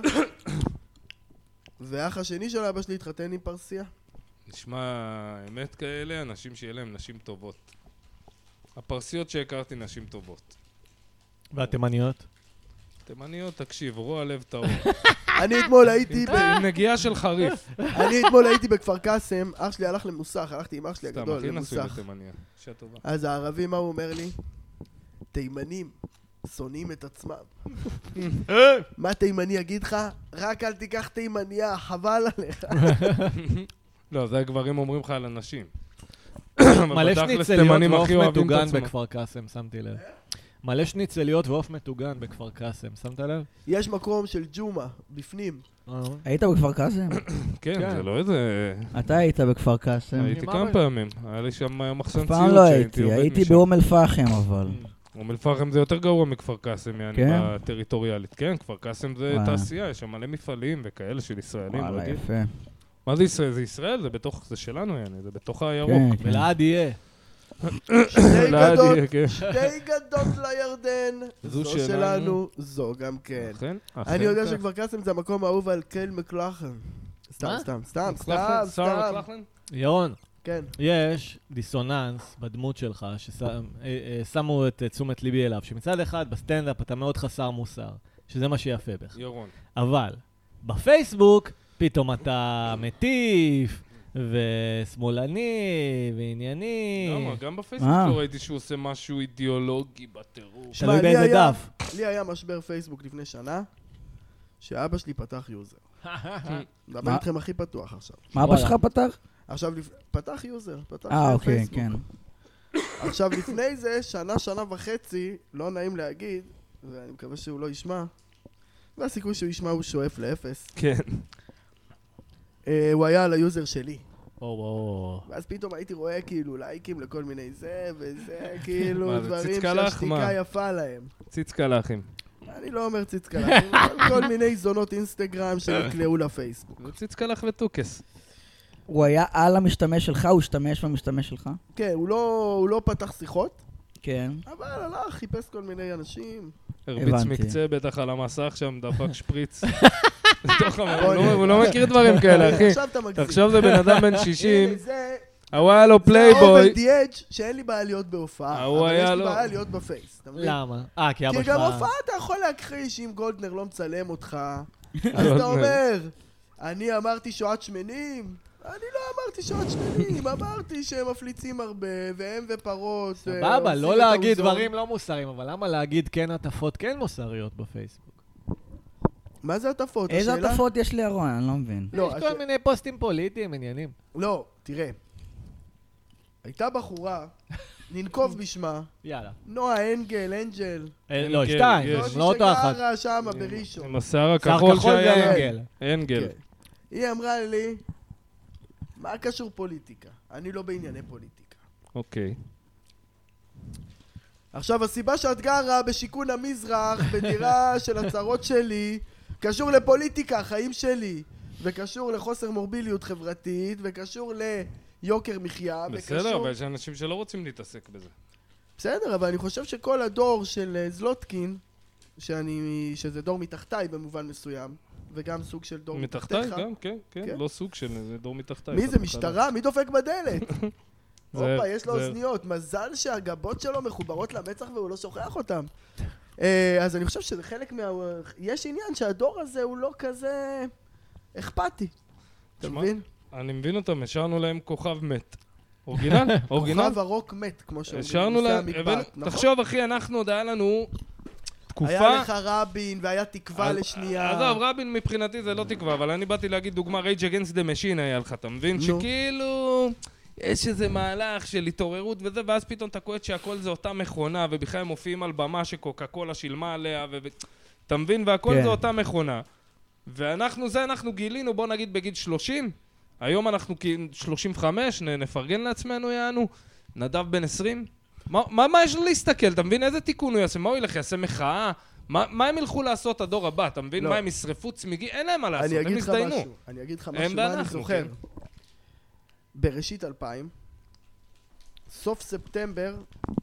ואח השני של אבא שלי התחתן עם פרסיה. נשמע אמת כאלה, אנשים שיהיה להם נשים טובות. הפרסיות שהכרתי נשים טובות. והתימניות? תימניות, תקשיב, רוע לב טהור. אני אתמול הייתי... עם נגיעה של חריף. אני אתמול הייתי בכפר קאסם, אח שלי הלך למוסך, הלכתי עם אח שלי הגדול למוסך. סתם, הכי נשוי בתימניה, אישה טובה. אז הערבי, מה הוא אומר לי? תימנים שונאים את עצמם. מה תימני יגיד לך? רק אל תיקח תימניה, חבל עליך. לא, זה הגברים אומרים לך על אנשים. מלא שניצליות ועוף מטוגן בכפר קאסם, שמתי לב. מלא שניצליות ועוף מטוגן בכפר קאסם, שמת לב? יש מקום של ג'ומה, בפנים. היית בכפר קאסם? כן, זה לא איזה... אתה היית בכפר קאסם? הייתי כמה פעמים, היה לי שם מחסן ציוד פעם לא הייתי באום אל-פחם אבל. אום אל-פחם זה יותר גרוע מכפר קאסם, בטריטוריאלית. כן, כפר קאסם זה תעשייה, יש שם מלא מפעלים וכאלה של ישראלים. וואלה, יפה. מה זה ישראל? זה ישראל, זה שלנו, זה בתוך הירוק. ולעד יהיה. שתי גדות לירדן, זו שלנו, זו גם כן. אני יודע שכפר קאסם זה המקום האהוב על קייל מקלחן. סתם. ירון, כן. יש דיסוננס בדמות שלך, ששמו את תשומת ליבי אליו, שמצד אחד בסטנדאפ אתה מאוד חסר מוסר, שזה מה שיפה בך. ירון. אבל בפייסבוק פתאום אתה מטיף, ושמאלני, וענייני. למה? גם בפייסבוק לא ראיתי שהוא עושה משהו אידיאולוגי בטירוף. תלוי באיזה דף. לי היה משבר פייסבוק לפני שנה, שאבא שלי פתח יוזר. מדבר איתכם הכי פתוח עכשיו. מה אבא שלך פתח? עכשיו, פתח יוזר, פתח אוקיי, פייסבוק. כן. עכשיו, לפני זה, שנה וחצי, לא נעים להגיד, ואני מקווה שהוא לא ישמע, והסיכוי שהוא ישמע הוא שואף לאפס. כן. הוא היה על היוזר שלי. וואו. ואז פתאום הייתי רואה כאילו לייקים לכל מיני זה וזה, כאילו מה, זה דברים ציצקלח? שהשתיקה מה? יפה להם. ציצקלחים. אני לא אומר ציצקלחים, אבל כל מיני זונות אינסטגרם שנקלעו לפייסבוק. זה ציצקלח וטוקס. הוא היה על המשתמש שלך, הוא השתמש במשתמש שלך? כן, הוא לא פתח שיחות, כן. אבל הלך, חיפש כל מיני אנשים. הרביץ הבנתי. מקצה בטח על המסך שם, דפק שפריץ. הוא לא מכיר דברים כאלה, אחי. עכשיו אתה מגזים. תחשוב זה בן אדם בן 60, הנה, זה הוא היה לו over פלייבוי. the edge שאין לי בעיה להיות בהופעה, הוא אבל יש היה לי לו- בעיה להיות בפייס. אתה מבין? למה? כי אבא כי שלך... גם הופעה אתה יכול להכחיש אם גולדנר לא מצלם אותך. אז אתה אומר, אני אמרתי שואת שמנים? אני לא אמרתי שואת שמנים, אמרתי שהם מפליצים הרבה, והם ופרות. סבבה, עושים לא את להגיד האוזון. דברים לא מוסריים, אבל למה להגיד כן הטפות כן מוסריות בפייסבוק? מה זה הטפות? איזה השאלה? הטפות יש לירון? אני לא מבין. לא, יש כל מיני פוסטים פוליטיים, עניינים. לא, תראה. הייתה בחורה, ננקוב בשמה, יאללה. נועה אנג'ל. לא, שתיים, זאתי לא אותו אחת. שגרה שמה בראשון. עם השיער שר הכחול כחול שהיה לה. ואנגל. אנגל. כן. היא אמרה לי, מה קשור פוליטיקה? אני לא בענייני פוליטיקה. אוקיי. עכשיו, הסיבה שאת גרה בשיכון המזרח, בדירה של הצרות שלי, קשור לפוליטיקה, החיים שלי, וקשור לחוסר מורביליות חברתית, וקשור ליוקר מחיה, בסדר, אבל יש אנשים שלא רוצים להתעסק בזה. בסדר, אבל אני חושב שכל הדור של זלוטקין, שזה דור מתחתיי במובן מסוים, וגם סוג של דור מתחתיך. מתחתיי גם, כן, כן, כן. לא סוג של, זה דור מתחתיי. מי זה, משטרה? מי דופק בדלת? זה- הופה, יש לו זה- אוזניות. מזל שהגבות שלו מחוברות למצח והוא לא שוכח אותם. אז אני חושב שזה חלק יש עניין שהדור הזה הוא לא כזה אכפתי. אתה שמע, מבין? אני מבין אותם, השארנו להם כוכב מת. אורגינל? אורגינל? כוכב הרוק מת, כמו שאומרים. השארנו נושא להם, המגבעת, נכון? תחשוב אחי, אנחנו עוד היה לנו תקופה... היה לך רבין והיה תקווה לשנייה. עזוב, רבין מבחינתי זה לא תקווה, אבל אני באתי להגיד דוגמה, Rage Against the Machine היה לך, אתה מבין? נו. שכאילו... יש איזה מהלך של התעוררות וזה, ואז פתאום אתה קולט שהכל זה אותה מכונה, ובכלל הם מופיעים על במה שקוקה קולה שילמה עליה, אתה מבין? והכל כן. זה אותה מכונה. ואנחנו גילינו, בוא נגיד בגיל 30, היום אנחנו 35, נפרגן לעצמנו יענו, נדב בן 20. מה יש לו להסתכל? אתה מבין איזה תיקון הוא יעשה? מה הוא ילך? יעשה מחאה? מה הם ילכו לעשות הדור הבא? אתה מבין? לא. מה הם ישרפו צמיגי? אין להם מה לעשות, אני הם אגיד לך יזדיינו. משהו. אני אגיד לך הם משהו, מה אני ואנחנו, זוכר. כן. בראשית 2000, סוף ספטמבר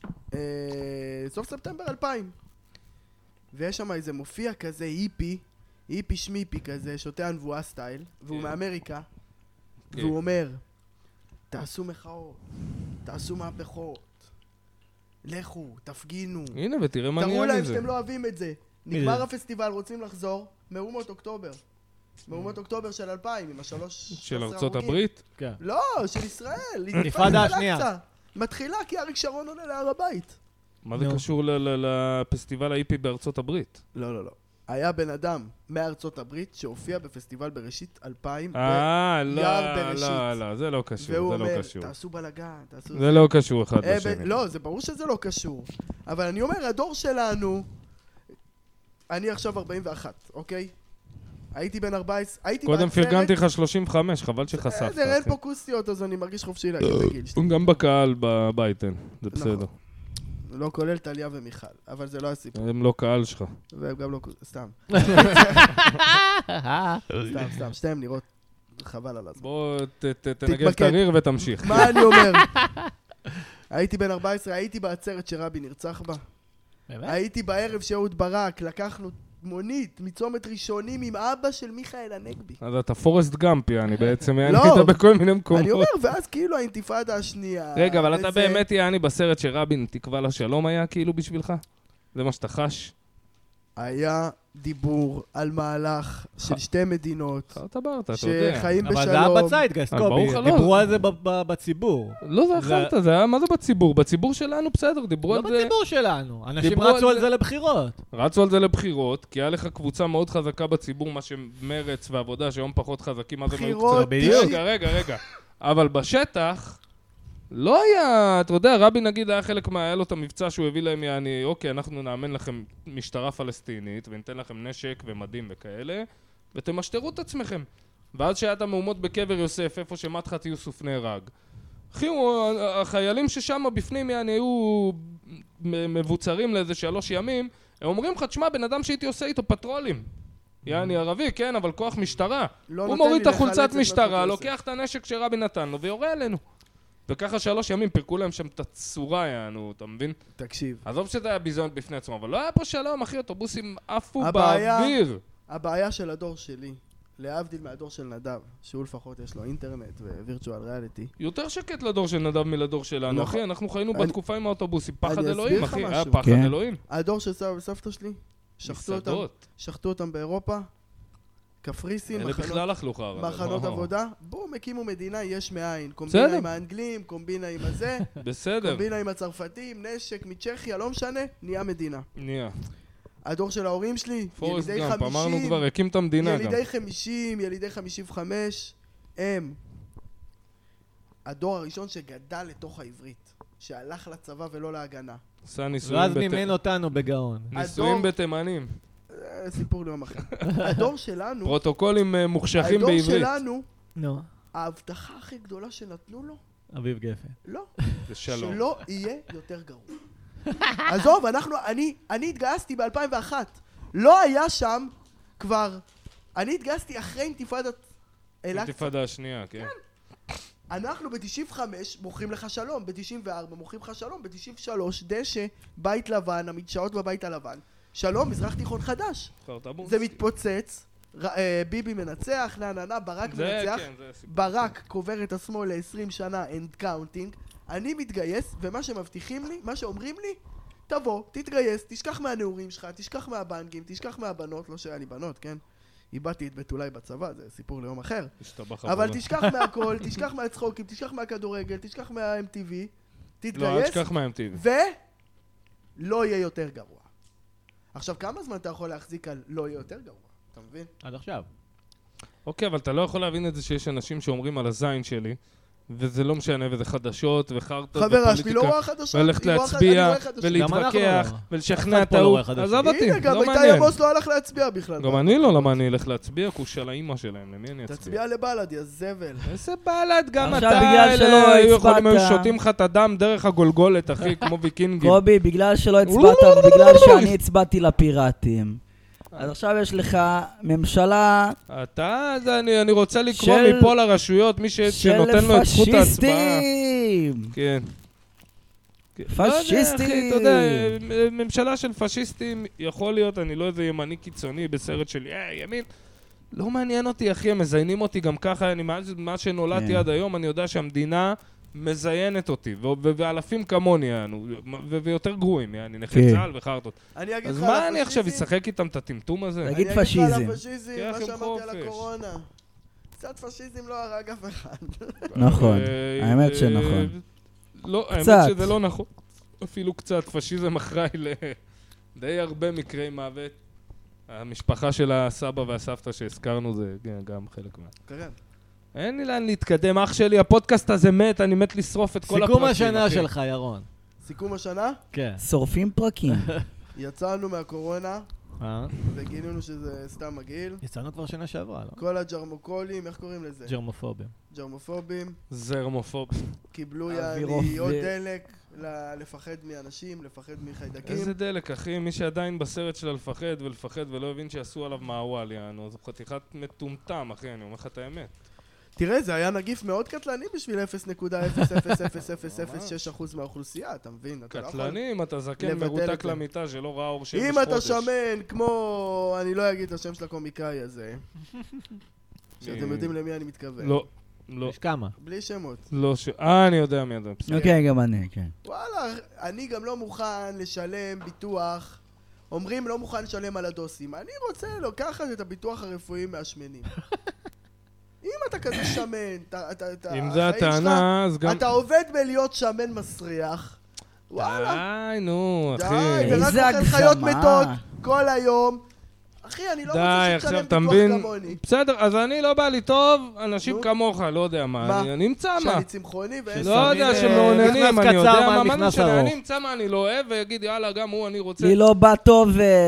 2000. ויש שם איזה מופיע כזה היפי שמיפי כזה, שותה הנבואה סטייל, והוא מאמריקה, והוא אומר, תעשו מחאות, תעשו מהפכות, לכו, תפגינו, הנה, ותראה מה תראו נהיה להם מזה. שאתם לא אוהבים את זה. נגמר הפסטיבל, רוצים לחזור, מהומות אוקטובר. מהומות אוקטובר של 2000, עם השלוש... של ארצות הברית? כן. לא, של ישראל. אינתיפאדה השנייה. מתחילה כי אריק שרון עולה להר הבית. מה זה נו. קשור לפסטיבל ההיפי בארצות הברית? לא. היה בן אדם מארצות הברית שהופיע בפסטיבל בראשית 2000 לא, ביער בראשית. לא, זה לא קשור, והוא זה לא אומר, קשור. תעשו בלגן, תעשו... זה לא קשור אחד לשני. לא, זה ברור שזה לא קשור. אבל אני אומר, הדור שלנו... אני עכשיו 41, אוקיי? הייתי בן 14, הייתי קודם בעצרת... פרגנתי לך 35, חבל שחשפת. בסדר, אין אחי. פה כוסיות, אז אני מרגיש חופשי להגיד את הגיל שלי. גם בקהל בבית אין, זה נכון. בסדר. לא כולל טליה ומיכל, אבל זה לא הסיפור. הם לא קהל שלך. והם גם לא... סתם. סתם, שתיהם נראות חבל על הזמן. בוא תנגב את תתמקד. הריר ותמשיך. מה אני אומר? הייתי בן 14, הייתי בעצרת שרבין נרצח בה. באמת? הייתי בערב שאהוד ברק, לקחנו מונית מצומת ראשונים עם אבא של מיכאל הנגבי. אז אתה פורסט גאמפ, יעני, בעצם לא. יענית בכל מיני מקומות. אני אומר, ואז כאילו האינתיפאדה השנייה... רגע, אבל אתה וזה- באמת יעני בסרט שרבין תקווה לשלום היה כאילו בשבילך? זה מה שאתה חש? היה דיבור על מהלך של שתי מדינות שחיים בשלום. אבל זה היה בצייטגייסט, קובי, דיברו על זה בציבור. לא, זה החלטה, זה היה, מה זה בציבור? בציבור שלנו בסדר, דיברו על זה... לא בציבור שלנו, אנשים רצו על זה לבחירות. רצו על זה לבחירות, כי היה לך קבוצה מאוד חזקה בציבור, מה שמרץ ועבודה, שהיום פחות חזקים, מה זה בחירות, רגע. אבל בשטח... לא היה, אתה יודע, רבי נגיד היה לו את המבצע שהוא הביא להם, יעני, אוקיי, אנחנו נאמן לכם משטרה פלסטינית, וניתן לכם נשק ומדים וכאלה, ותמשטרו את עצמכם. ואז שהיה את המהומות בקבר יוסף, איפה שמדחת יוסוף נהרג. אחי, החיילים ששם בפנים, יעני, היו מבוצרים לאיזה 3 ימים, הם אומרים לך, תשמע, בן אדם שהייתי עושה איתו פטרולים. יעני ערבי, כן, אבל כוח משטרה. הוא מוריד את החולצת משטרה, לוקח את הנשק שרבי נתן לו, ויורה אלינו. וככה 3 ימים פירקו להם שם את הצורה, יענו, אתה מבין? תקשיב. עזוב שזה היה ביזיון בפני עצמו, אבל לא היה פה שלום, אחי, אוטובוסים עפו באוויר. הבעיה של הדור שלי, להבדיל מהדור של נדב, שהוא לפחות יש לו אינטרנט ווירטואל ריאליטי. יותר שקט לדור של נדב מלדור שלנו, אחי, אנחנו חיינו בתקופה עם האוטובוסים, פחד אלוהים, אחי, היה פחד אלוהים. הדור של סבא וסבתא שלי, שחטו אותם באירופה, קפריסין, מחנות עבודה, בום, הקימו מדינה יש מאין, קומבינה עם האנגלים, קומבינה עם הזה, קומבינה עם הצרפתים, נשק מצ'כיה, לא משנה, נהיה מדינה. נהיה. הדור של ההורים שלי, ילידי 50, אמרנו כבר, הקים את המדינה גם. ילידי 50, ילידי 55, הם הדור הראשון שגדל לתוך העברית, שהלך לצבא ולא להגנה. רז מימן אותנו בגאון. ניסויים בתימנים. סיפור ליום אחר. הדור שלנו... פרוטוקולים מוחשכים בעברית. הדור שלנו, ההבטחה הכי גדולה שנתנו לו... אביב גפן. לא. זה שלום. שלא יהיה יותר גרוע. עזוב, אני התגייסתי ב-2001. לא היה שם כבר... אני התגייסתי אחרי אינתיפאדת אל-אקצא. אינתיפאדה השנייה, כן. אנחנו ב-95 מוכרים לך שלום, ב-94 מוכרים לך שלום, ב-93 דשא, בית לבן, המדשאות בבית הלבן. שלום, מזרח תיכון חדש. זה מתפוצץ, ביבי מנצח, ברק מנצח, ברק קובר את השמאל ל-20 שנה, end counting, אני מתגייס, ומה שמבטיחים לי, מה שאומרים לי, תבוא, תתגייס, תשכח מהנעורים שלך, תשכח מהבנקים, תשכח מהבנות, לא שהיה לי בנות, כן? איבדתי את בתולי בצבא, זה סיפור ליום אחר. אבל תשכח מהכל, תשכח מהצחוקים, תשכח מהכדורגל, תשכח מה-MTV, תתגייס, ולא יהיה יותר גרוע. עכשיו, כמה זמן אתה יכול להחזיק על לא יהיה יותר גרוע? אתה מבין? עד עכשיו. אוקיי, אבל אתה לא יכול להבין את זה שיש אנשים שאומרים על הזין שלי, וזה לא משנה, וזה חדשות וחרטות חברה שלי לא רואה חדשות. וללכת להצביע, ולהתווכח, ולשכנע את ההוא. עזוב אותי, הנה, גם איתי עמוס לא הלך להצביע בכלל. גם אני לא, למה אני אלך להצביע? כי הוא של האמא שלהם, למי אני אצביע? תצביע לבלד, יא זבל. איזה בלד, גם אתה אלה יכולים שותים לך את הדם דרך הגולגולת, אחי, כמו ויקינגים. קובי, בגלל שלא הצבעת, ובגלל שאני הצבעתי לפיראטים. אז עכשיו יש לך ממשלה... אני רוצה לקרוא מפה לרשויות, מי שנותן לו את זכות ההצבעה. כן. פשיסטים. אתה יודע, ממשלה של פשיסטים יכול להיות, אני לא איזה ימני קיצוני בסרט של ימין. לא מעניין אותי, אחי, הם מזיינים אותי גם ככה, מה שנולדתי עד היום, אני יודע שהמדינה... מזיינת אותי, ואלפים כמוני, ויותר גרועים, אני נכי צהל וחרטות. אז מה אני עכשיו אשחק איתם את הטמטום הזה? תגיד פשיזם. אני אגיד לך על הפשיזם, מה שאמרתי על הקורונה. קצת פשיזם לא הרג אף אחד. נכון, האמת שנכון. לא, האמת שזה לא נכון. אפילו קצת פשיזם אחראי לדי הרבה מקרי מוות. המשפחה של הסבא והסבתא שהזכרנו זה גם חלק מה. קרן. אין לי לאן להתקדם, אח שלי, הפודקאסט הזה מת, אני מת לשרוף את כל הפרקים. סיכום השנה שלך, ירון. סיכום השנה? כן. שורפים פרקים. יצאנו מהקורונה, וגילינו שזה סתם מגעיל. יצאנו כבר שנה שעברה, לא? כל הג'רמוקולים, איך קוראים לזה? ג'רמופובים. ג'רמופובים. זרמופובים. קיבלו עוד דלק לפחד מאנשים, לפחד מחיידקים. איזה דלק, אחי? מי שעדיין בסרט שלה לפחד ולא הבין שעשו עליו מעוול, יענו. זו חתיכת מטומטם, אחי, אני אומר לך את האמת. תראה, זה היה נגיף מאוד קטלני בשביל 0.00006% מהאוכלוסייה, אתה מבין? קטלני, אם אתה זקן מרותק למיטה שלא ראה אור שמש חודש. אם אתה שמן כמו, אני לא אגיד את השם של הקומיקאי הזה, שאתם יודעים למי אני מתכוון. לא. יש כמה. בלי שמות. אני יודע מי אתה. אוקיי, גם אני, כן. וואלה, אני גם לא מוכן לשלם ביטוח אומרים לא מוכן לשלם על הדוסים. אני רוצה לקחת את הביטוח הרפואי מהשמנים. אם אתה כזה שמן, אם זה הטענה, אז גם... אתה עובד בלהיות שמן מסריח. די, נו, אחי. די, ורק אוכל חיות מתות כל היום. אחי, אני לא רוצה שתשלם ביטוח כמוני. בסדר, אז אני לא בא לי טוב, אנשים כמוך, לא יודע מה. אני אמצא מה. שאני צמחוני לא יודע שמעוננים, אני יודע מה משנה. אני אמצא מה אני לא אוהב, ויגיד, יאללה, גם הוא, אני רוצה... לי לא בא טוב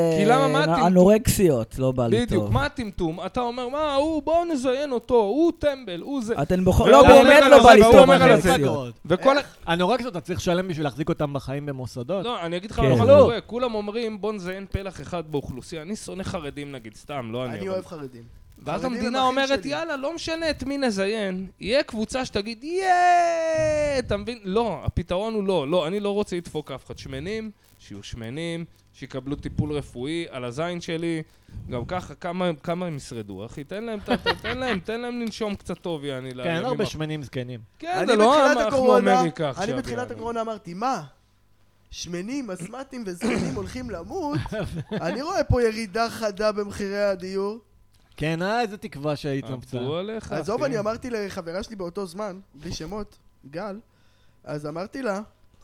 אנורקסיות, לא בא לי טוב. בדיוק, מה הטמטום? אתה אומר, מה, בואו נזיין אותו, הוא טמבל, הוא זה... לא, באמת לא בא לי טוב אנורקסיות. אנורקסיות, אתה צריך לשלם בשביל להחזיק אותם בחיים במוסדות? לא, אני אגיד לך מה קורה, כולם אומרים, בוא נזיין פלח אחד באוכלוסייה. אני שונא חרדים נגיד, סתם, לא אני. אני אוהב חרדים. ואז המדינה אומרת, יאללה, לא משנה את מי נזיין, יהיה קבוצה שתגיד, אתה מבין? לא, הפתרון הוא לא, אני לא רוצה לדפוק אף אחד. שמנים, שיהיו שמנים, שיקבלו טיפול רפואי על הזין שלי, גם ככה, כמה הם ישרדו, אחי? תן להם לנשום קצת טוב, יעני. כן, לא בשמנים זקנים. כן, זה לא אנחנו אמריקה עכשיו. אני בתחילת הקורונה אמרתי, מה? שמנים, אסמטים וזקנים הולכים למות? אני רואה פה ירידה חדה במחירי הדיור. כן, איזה תקווה שהיית נמצא. עזוב, אני אמרתי לחברה שלי באותו זמן, בלי שמות, גל, אז אמרתי לה,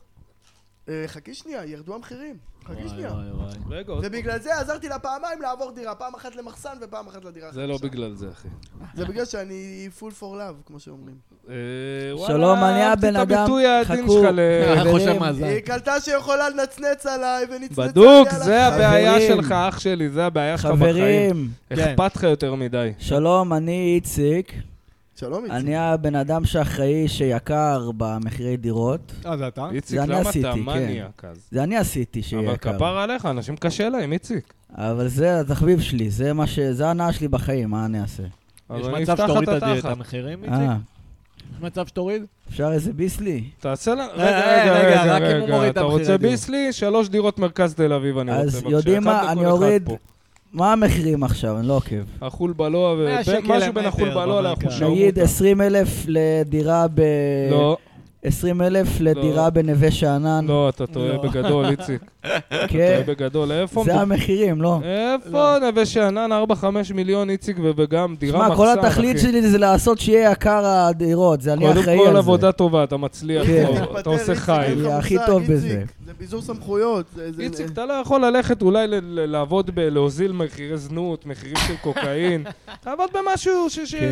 חכי שנייה, ירדו המחירים. חכי שנייה. ובגלל זה עזרתי לה פעמיים לעבור דירה, פעם אחת למחסן ופעם אחת לדירה. זה לא בגלל זה, אחי. זה בגלל שאני full for love, כמו שאומרים. שלום, אני הבן אדם, חכו. היא קלטה שיכולה לנצנץ עליי ונצנצה לי בדוק, זה הבעיה שלך, אח שלי, זה הבעיה שלך בחיים. חברים. אכפת לך יותר מדי. שלום, אני איציק. שלום איציק. אני הבן אדם שאחראי שיקר במחירי דירות. זה אתה? איציק, למה אתה מניאק אז? זה אני עשיתי שיקר. אבל כפר עליך, אנשים קשה להם, איציק. אבל זה התחביב שלי, זה הנאה שלי בחיים, מה אני אעשה? יש מצב שתוריד את המחירים, איציק? יש מצב שתוריד? אפשר איזה ביסלי? תעשה לה... רגע, רק אם הוא מוריד את אתה רוצה ביסלי? 3 דירות מרכז תל אביב אני רוצה. אז יודעים מה, אני אוריד... מה המחירים עכשיו? אני לא עוקב. החול בלוע, משהו בין החול בלוע לאחול שרמוטה. נגיד 20,000 לדירה ב... לא. 20,000 לדירה בנווה שאנן. לא, אתה טועה בגדול, איציק. אתה טועה בגדול, איפה? זה המחירים, לא? איפה נווה שאנן, 4-5 מיליון, איציק, וגם דירה מחסן, אחי. כל התכלית שלי זה לעשות שיהיה יקר הדירות, זה אני אחראי על זה. קודם כל עבודה טובה, אתה מצליח, אתה עושה חיים. אני הכי טוב בזה. זה ביזור סמכויות. איציק, אתה לא יכול ללכת אולי לעבוד להוזיל מחירי זנות, מחירים של קוקאין. תעבוד במשהו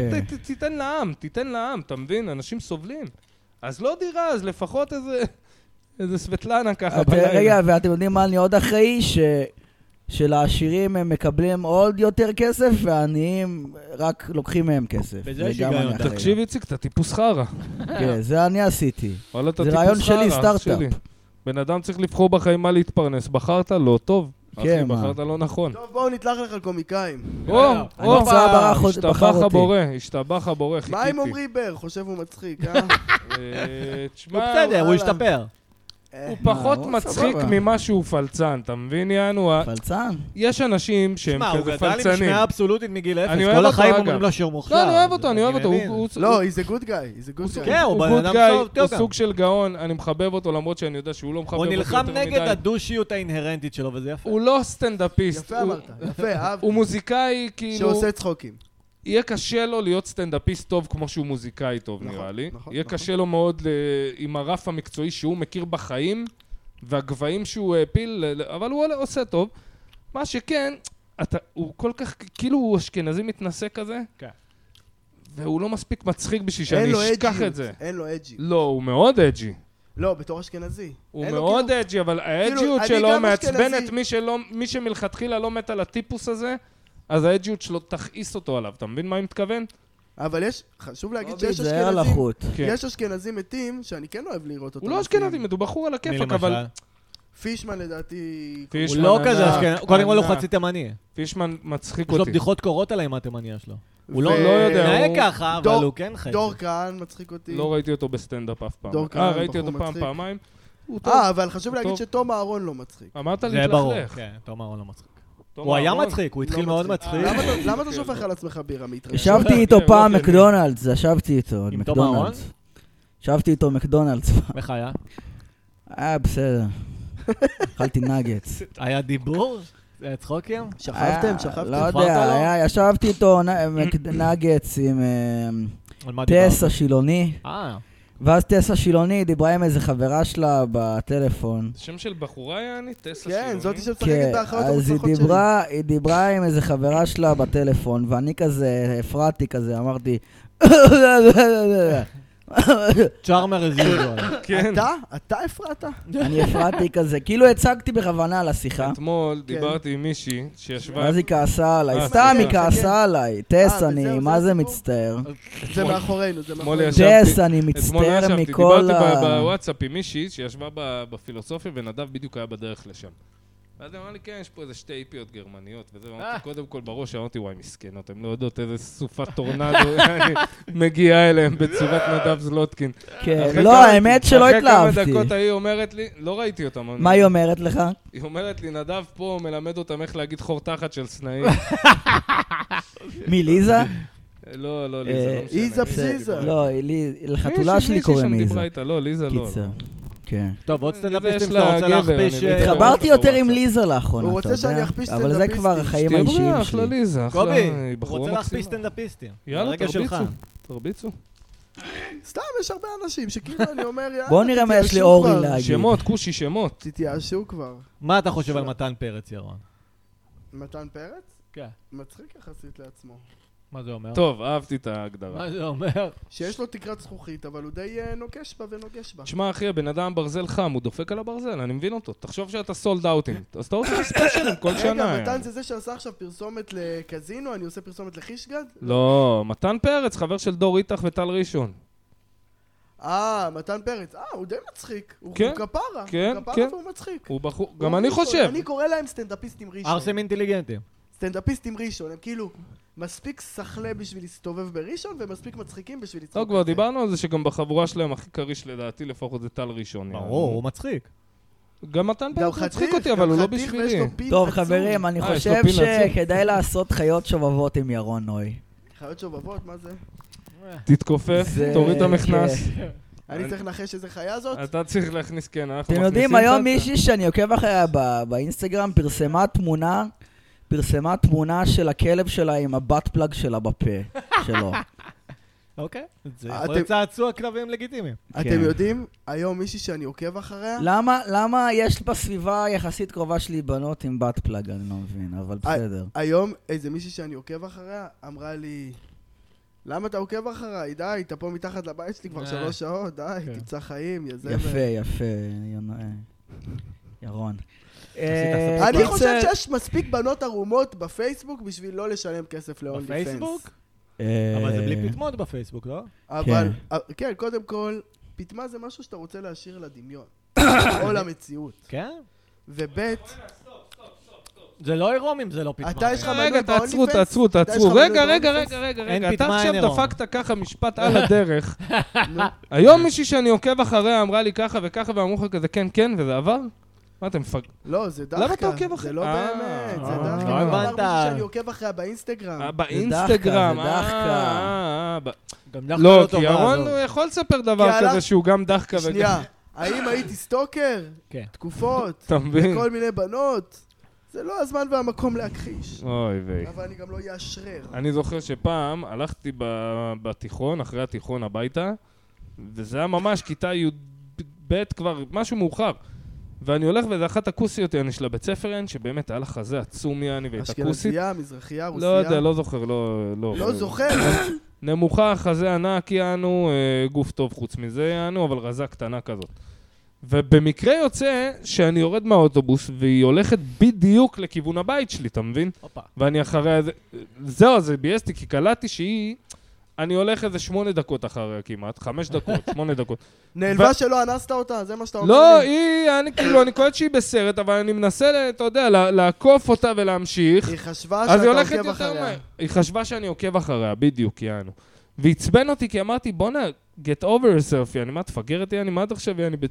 תיתן לעם, אתה מבין? אנשים סובלים. אז לא דירה, אז לפחות איזה סבטלנה ככה בלילה. רגע, ואתם יודעים מה אני עוד אחראי? שלעשירים הם מקבלים עוד יותר כסף, והעניים רק לוקחים מהם כסף. תקשיב איציק, אתה טיפוס חרה. כן, זה אני עשיתי. זה רעיון שלי, סטארט-אפ. בן אדם צריך לבחור בחיים מה להתפרנס. בחרת לא טוב. אחי, בחרת לא נכון. טוב, בואו נתלך לך על קומיקאים. השתבח הבורא, חיכיתי. מה עם עמרי בר? חושב הוא מצחיק, הוא בסדר, הוא השתפר. הוא פחות מצחיק ממה שהוא פלצן, אתה מבין יענו? פלצן? יש אנשים שהם כזה פלצנים. הוא גדל עם שמיעה אבסולוטית מגיל 0, כל החיים אומרים לו שהוא מוכשר. לא, אני אוהב אותו. לא, he's a good guy. כן, הוא בן אדם טוב גם. הוא סוג של גאון, אני מחבב אותו למרות שאני יודע שהוא לא מחבב אותו יותר מדי. הוא נלחם נגד הדושיות האינהרנטית שלו, וזה יפה. הוא לא סטנדאפיסט. יפה אמרת, יפה, אהבתי. הוא מוזיקאי כאילו... שעושה צחוקים. יהיה קשה לו להיות סטנדאפיסט טוב כמו שהוא מוזיקאי טוב, נראה לי. יהיה קשה לו מאוד עם הרף המקצועי שהוא מכיר בחיים, והגבהים שהוא העפיל, אבל הוא עושה טוב. מה שכן, הוא כל כך, כאילו הוא אשכנזי מתנשא כזה, והוא לא מספיק מצחיק בשביל שאני אשכח את זה. אין לו אג'י. לא, הוא מאוד אג'י. לא, בתור אשכנזי. הוא מאוד אג'י, אבל האג'יות שלו מעצבנת מי שמלכתחילה לא מת על הטיפוס הזה, אז האג'יות שלו תכעיס אותו עליו, אתה מבין מה אני מתכוון? אבל חשוב להגיד שיש אשכנזים מתים שאני כן אוהב לראות אותם. הוא לא אשכנזי, הוא בחור על הכיפק, אבל... פישמן לדעתי... הוא לא כזה אשכנזי, קודם כל הוא חצי תימני. פישמן מצחיק אותי. יש לו בדיחות קורות עליהם התימניה שלו. הוא לא יודע, הוא נהיה ככה, אבל הוא כן חצי. דור כהן מצחיק אותי. לא ראיתי אותו בסטנדאפ אף פעם. ראיתי אותו פעמיים. אבל חשוב להגיד שתום אהרון לא מצחיק. אמרת להתלכלך. זה ברור, כן, תום אהרון לא מצחיק. הוא היה מצחיק, הוא התחיל מאוד מצחיק. למה אתה שופך על עצמך בירה מתראה? ישבתי איתו פעם מקדונלדס, ישבתי איתו. עם תום אהרון? ישבתי איתו מקדונלדס. איך היה? היה בסדר. אכלתי נגץ. היה דיבור? צחוקים? שכבתם? לא יודע, ישבתי איתו נגץ עם טס השילוני. ואז טס השילוני דיברה עם איזה חברה שלה בטלפון. שם של בחורה יעני? טס השילוני? כן, זאתי שמשחקת באחרות המוצלחות שלי. אז היא דיברה עם איזה חברה שלה בטלפון, ואני כזה הפרעתי כזה, אמרתי... צ'ארמר הזיזו. כן. אתה הפרעת? אני הפרעתי כזה, כאילו הצגתי בכוונה על השיחה. אתמול דיברתי עם מישהי שישבה... אז היא כעסה עליי, סתם היא כעסה עליי. טס, אני, מה זה מצטער? זה מאחורינו, זה מאחורינו. טס, אני מצטער מכל דיברתי בוואטסאפ עם מישהי שישבה בפילוסופיה, ונדב בדיוק היה בדרך לשם. ואז אמר לי, כן, יש פה איזה 2 איפיות גרמניות, וזה אמרתי, קודם כל בראש, אמרתי, וואי, מסכנות, הם לא יודעות איזה סופת טורנדו מגיעה אליהם בצורת נדב זלוטקין. כן, לא, האמת שלא התלהבתי. אחרי כמה דקות היא אומרת לי, לא ראיתי אותם. מה היא אומרת לך? היא אומרת לי, נדב פה מלמד אותם איך להגיד חור תחת של סנאים. מי, ליזה? לא, לא, ליזה, לא משנה. איזה פסיזה. לא, לחתולה שלי קוראים ליזה. לא, ליזה לא. כן. טוב, עוד סטנדאפיסטים שאתה רוצה להכפיש... התחברתי יותר עם ליזה לאחרונה, הוא רוצה שאני אכפיש אבל זה כבר החיים האישיים שלי. אחלה ליזה, אחלה... קובי, הוא רוצה להכפיש סטנדאפיסטים. יאללה, תרביצו. סתם, יש הרבה אנשים שכאילו אני אומר, יאללה, בוא נראה מה יש לי אורי להגיד. שמות, קושי, שמות. תתייאשו כבר. מה אתה חושב על מתן פרץ, ירון? מתן פרץ? כן. מצחיק יחסית לעצמו. מה זה אומר? טוב, אהבתי את ההגדרה. מה זה אומר? שיש לו תקרת זכוכית, אבל הוא די נוקש בה ונוגש בה. תשמע אחי, הבן אדם ברזל חם, הוא דופק על הברזל, אני מבין אותו. תחשוב שאתה סולד אאוטים, אז אתה עושה ספיישלים כל שנה. רגע, מתן זה שעשה עכשיו פרסומת לקזינו, אני עושה פרסומת לחישגד? לא, מתן פרץ, חבר של דור איתך וטל ראשון. מתן פרץ, הוא די מצחיק. הוא כפרה, כן, הוא כפרה והוא מצחיק. הוא בחור, גם אני חושב. אני קורא להם סטנדאפיסטים ראשון. ארסים אינטליגנטים. סטנדאפיסטים ראשון, הם כאילו מספיק שחלה בשביל להסתובב בראשון, ומספיק מצחיקים בשביל לצחוק. טוב, כבר דיברנו על זה שגם בחבורה שלהם הכי קריש לדעתי לפחות זה טל ראשון. ברור, הוא מצחיק. גם מתן פרץ מצחיק אותי, אבל הוא לא בשבילי. טוב חברים, אני חושב שכדאי לעשות חיות שובבות עם ירון נוי. חיות שובבות, מה זה? תתכופף, תוריד את המכנס. אני צריך לנחש איזה חיה זאת? אתה צריך להכניס, כן, אנחנו אתם יודעים, היום מישהי שאני עוקב אחריה באינסטגרם פרסמה תמונה של הכלב שלה עם הבת פלאג שלה בפה שלו. אוקיי, זה יכול לצעצוע כלבים לגיטימיים. אתם יודעים, היום מישהי שאני עוקב אחריה... למה יש בסביבה יחסית קרובה שלי בנות עם בת פלאג, אני לא מבין, אבל בסדר. היום איזה מישהי שאני עוקב אחריה אמרה לי, למה אתה עוקב אחריי? די, אתה פה מתחת לבית שלי כבר 3 שעות, די, תמצא חיים, יזבל. יפה, ירון. אני חושב שיש מספיק בנות ערומות בפייסבוק בשביל לא לשלם כסף ל-OnlyFans. בפייסבוק? אבל זה בלי פתמות בפייסבוק, לא? אבל, כן, קודם כל, פתמה זה משהו שאתה רוצה להשאיר לדמיון. או למציאות. כן? ובית... זה לא עירום אם זה לא פתמה. אתה יש לך רגע, תעצרו. רגע. אתה עכשיו דפקת ככה משפט על הדרך. היום מישהי שאני עוקב אחריה אמרה לי ככה וככה ואמרו לך כזה כן, וזה עבר? מה אתם מפג... לא, זה דחקה. למה אתה עוקב אחריה? זה לא באמת, זה דחקה. לא הבנת. מישהי שאני עוקב אחריה באינסטגרם. באינסטגרם, זה דחקה. לא, כי ירון יכול לספר דבר כזה שהוא גם דחקה וגם... שנייה, האם הייתי סטוקר? כן. תקופות? וכל מיני בנות? זה לא הזמן והמקום להכחיש. אוי ויי. אבל אני גם לא יאשרר. אני זוכר שפעם הלכתי בתיכון, אחרי התיכון הביתה, וזה היה ממש כיתה י"ב כבר, משהו מאוחר. ואני הולך וזה אחת הכוסיות יעני של הבית ספר יעני, שבאמת היה לה חזה עצום יעני והייתה כוסית. אשכנזייה, מזרחייה, רוסיה. לא יודע, לא זוכר, לא זוכר. נמוכה, חזה ענק יענו, גוף טוב חוץ מזה יענו, אבל רזה קטנה כזאת. ובמקרה יוצא שאני יורד מהאוטובוס והיא הולכת בדיוק לכיוון הבית שלי, אתה מבין? ואני אחריה, זהו, זה בייסתי, כי קלטתי שהיא, אני הולך איזה 8 דקות אחריה כמעט, 5 דקות, 8 דקות. נעלבה שלא אנסת אותה, זה מה שאתה אומר לא, לי? אני קולט שהיא בסרט, אבל אני מנסה, אתה יודע, לעקוף אותה ולהמשיך. היא חשבה שאתה עוקב אחריה. היא חשבה שאני עוקב אחריה, בדיוק, יענו. והצבן אותי כי אמרתי, בוא נה, get over yourself, יעני, מה תפגר אותי, יעני, מה אתה חושב, יעני,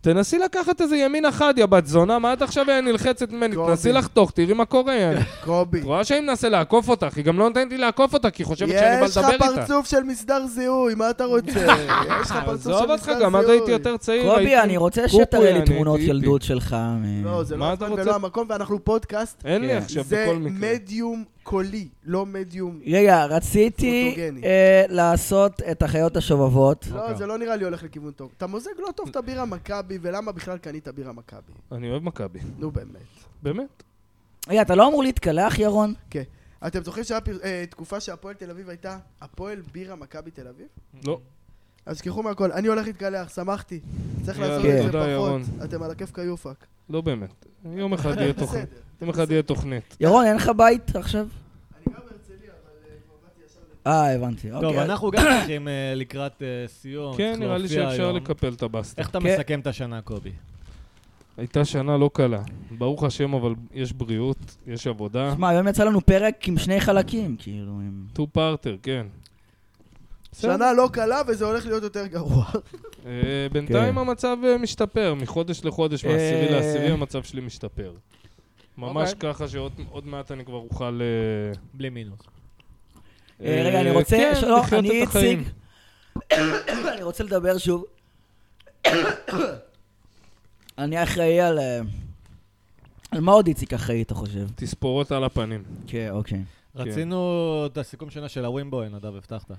תנסי לקחת איזה ימין אחד, יא בת זונה, מה את עכשיו נלחצת ממני? תנסי לחתוך, תראי מה קורה, יאללה. קובי. רואה שאני מנסה לעקוף אותך, היא גם לא נותנת לי לעקוף אותה, כי היא חושבת שאני בא לדבר איתה. יש לך פרצוף של מסדר זיהוי, מה אתה רוצה? יש לך פרצוף של מסדר זיהוי. גם אז הייתי יותר צעיר. קובי, אני רוצה שתראה לי תמונות ילדות שלך. לא, זה לא הזמן ולא המקום, ואנחנו פודקאסט. אין לי עכשיו בכל מקרה. זה מדיום קולי, לא מדיום פוטוגני. רגע, רציתי לעשות את החיות השובבות. לא, זה לא נראה לי הולך לכיוון טוב. אתה מוזג לא טוב את הבירה מכבי, ולמה בכלל קנית בירה מכבי? אני אוהב מכבי. נו, באמת. באמת? רגע, אתה לא אמור להתקלח, ירון? כן. אתם זוכרים שהיה תקופה שהפועל תל אביב הייתה הפועל בירה מכבי תל אביב? לא. אז תשכחו מהכל, אני הולך להתקלח, שמחתי. צריך לעשות את זה פחות. אתם על הכיף כיופק. לא באמת. יום אחד יהיה תוכנית. יום אחד יהיה תוכנית. ירון, אין לך בית עכשיו? אני גם בהרצליה, אבל כבר באתי ישר הבנתי. טוב, אנחנו גם צריכים לקראת סיום. כן, נראה לי שאפשר לקפל את הבסטה. איך אתה מסכם את השנה, קובי? הייתה שנה לא קלה. ברוך השם, אבל יש בריאות, יש עבודה. שמע, היום יצא לנו פרק עם 2 חלקים, כאילו. 2 פארטר, כן. שנה לא קלה וזה הולך להיות יותר גרוע. בינתיים המצב משתפר, מחודש לחודש, מעשירי לעשירי המצב שלי משתפר. ממש ככה שעוד מעט אני כבר אוכל... בלי מינוס. רגע, אני רוצה... אני אציג... אני רוצה לדבר שוב. אני אחראי על... על מה עוד איציק אחראי, אתה חושב? תספורות על הפנים. כן, אוקיי. רצינו את הסיכום שנה של הווינבוי, נדב, הבטחת.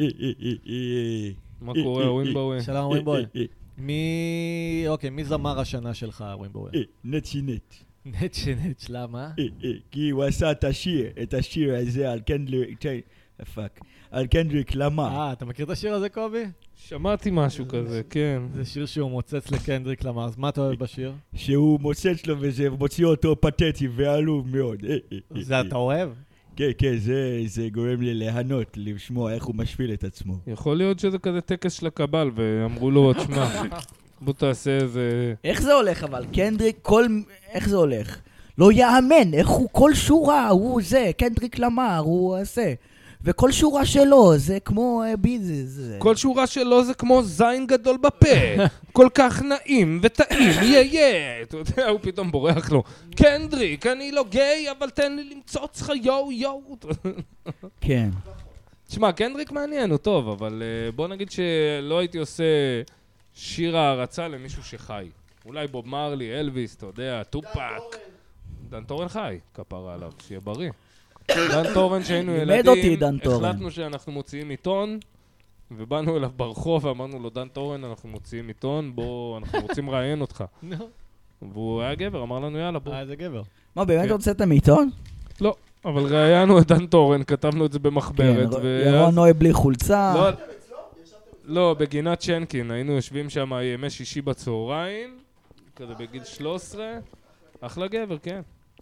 מה קורה, הווינבוי? שלום, הווינבוי. מי זמר השנה שלך, הווינבוי? נט שינט. נט שינט, למה? כי הוא עשה את השיר הזה על קנדריק... על קנדריק למר. אתה מכיר את השיר הזה, קובי? שמעתי משהו כזה, כן. זה שיר שהוא מוצץ לקנדריק למר, אז מה אתה אוהב בשיר? שהוא מוצץ לו וזה מוציא אותו פתטי ועלוב מאוד. זה אתה אוהב? כן, זה גורם לי להנות, לשמוע איך הוא משפיל את עצמו. יכול להיות שזה כזה טקס של הקבל, ואמרו לו, תשמע, בוא תעשה איזה... איך זה הולך אבל? קנדריק, איך זה הולך? לא יאמן, איך הוא כל שורה, הוא זה, קנדריק למר, הוא עושה. וכל שורה שלו זה כמו ביזנס. כל שורה שלו זה כמו זין גדול בפה. כל כך נעים וטעים, יא. אתה יודע, הוא פתאום בורח לו. קנדריק, אני לא גיי, אבל תן לי למצוץ לך יו. כן. תשמע, קנדריק מעניין, הוא טוב, אבל בוא נגיד שלא הייתי עושה שיר הערצה למישהו שחי. אולי בוב מרלי, אלוויס, אתה יודע, טופק. דן טורן חי, כפרה עליו, שיהיה בריא. דן טורן שהיינו ילדים, החלטנו שאנחנו מוציאים עיתון, ובאנו אליו ברחוב ואמרנו לו, דן טורן, אנחנו מוציאים עיתון, בוא, אנחנו רוצים ראיין אותך. והוא היה גבר, אמר לנו, יאללה, בוא. איזה גבר. מה, באמת הוצאתם עיתון? לא, אבל ראיינו את דן טורן, כתבנו את זה במחברת. ירון נוי בלי חולצה. לא, בגינת שנקין, היינו יושבים שם ימי שישי בצהריים, כזה בגיל 13, אחלה גבר, כן.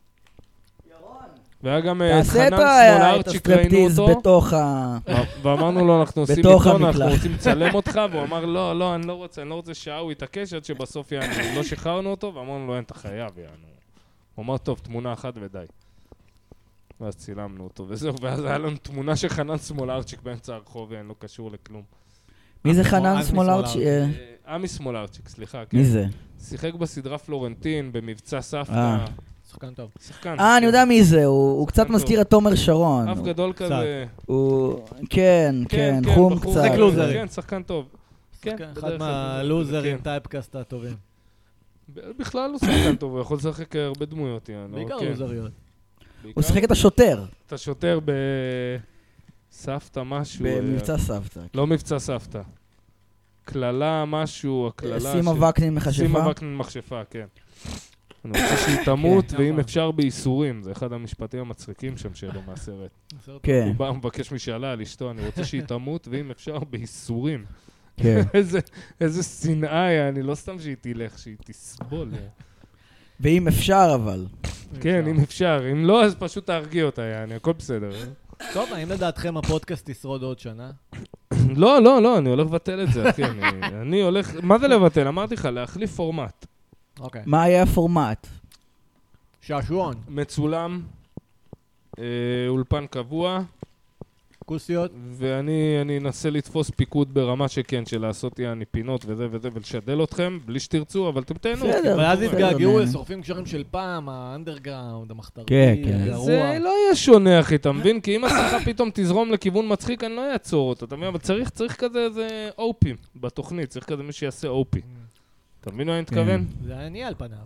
והיה גם חנן סמולרצ'יק, ראינו אותו, ואמרנו לו, אנחנו עושים עיתון, אנחנו רוצים לצלם אותך, והוא אמר, לא, אני לא רוצה שעה, הוא התעקש עד שבסוף לא שחררנו אותו, ואמרנו לו, אין, אתה חייב, הוא אמר, טוב, תמונה אחת ודי. ואז צילמנו אותו, וזהו, ואז היה לנו תמונה של חנן סמולרצ'יק באמצע הרחוב, ואין לו קשור לכלום. מי זה חנן סמולרצ'יק? עמי סמולרצ'יק, סליחה, כן. מי זה? שיחק בסדרה פלורנטין, במבצע סבתא. שחקן טוב. אני יודע מי זה, הוא קצת מזכיר את תומר שרון. אף גדול כזה. כן, חום קצת. זה לוזרי. כן, שחקן טוב. אחד מהלוזרים, טייפקאסט הטובים. בכלל הוא שחקן טוב, הוא יכול לשחק הרבה דמויות. בעיקר לוזריות. הוא שחק את השוטר. את השוטר בסבתא משהו. במבצע סבתא. לא מבצע סבתא. כללה משהו, הכללה... שימה וקנין מכשפה. שימה וקנין מכשפה, כן. אני רוצה שהיא תמות, ואם אפשר בייסורים. זה אחד המשפטים המצחיקים שם שלו מהסרט. כן. הוא בא ומבקש משאלה על אשתו, אני רוצה שהיא תמות, ואם אפשר בייסורים. כן. איזה שנאה, אני לא סתם שהיא תלך, שהיא תסבול. ואם אפשר אבל. כן, אם אפשר. אם לא, אז פשוט תרגיע אותה, הכל בסדר. טוב, האם לדעתכם הפודקאסט ישרוד עוד שנה? לא, אני הולך לבטל את זה, אחי. אני הולך... מה זה לבטל? אמרתי לך, להחליף פורמט. מה היה הפורמט? שעשועון. מצולם, אולפן קבוע, כוסיות. ואני אנסה לתפוס פיקוד ברמה שכן, של לעשות יעני פינות וזה וזה, ולשדל אתכם, בלי שתרצו, אבל אתם תהנו. אבל אז התגעגעו לשורפים קשרים של פעם, האנדרגראונד, המחתרתי, הגרוע. זה לא יהיה שונה, אחי, אתה מבין? כי אם השיחה פתאום תזרום לכיוון מצחיק, אני לא אעצור אותו, אתה מבין? אבל צריך כזה איזה אופי בתוכנית, צריך כזה מי שיעשה אופי. אתה מבין מה אני מתכוון? זה אני על פניו.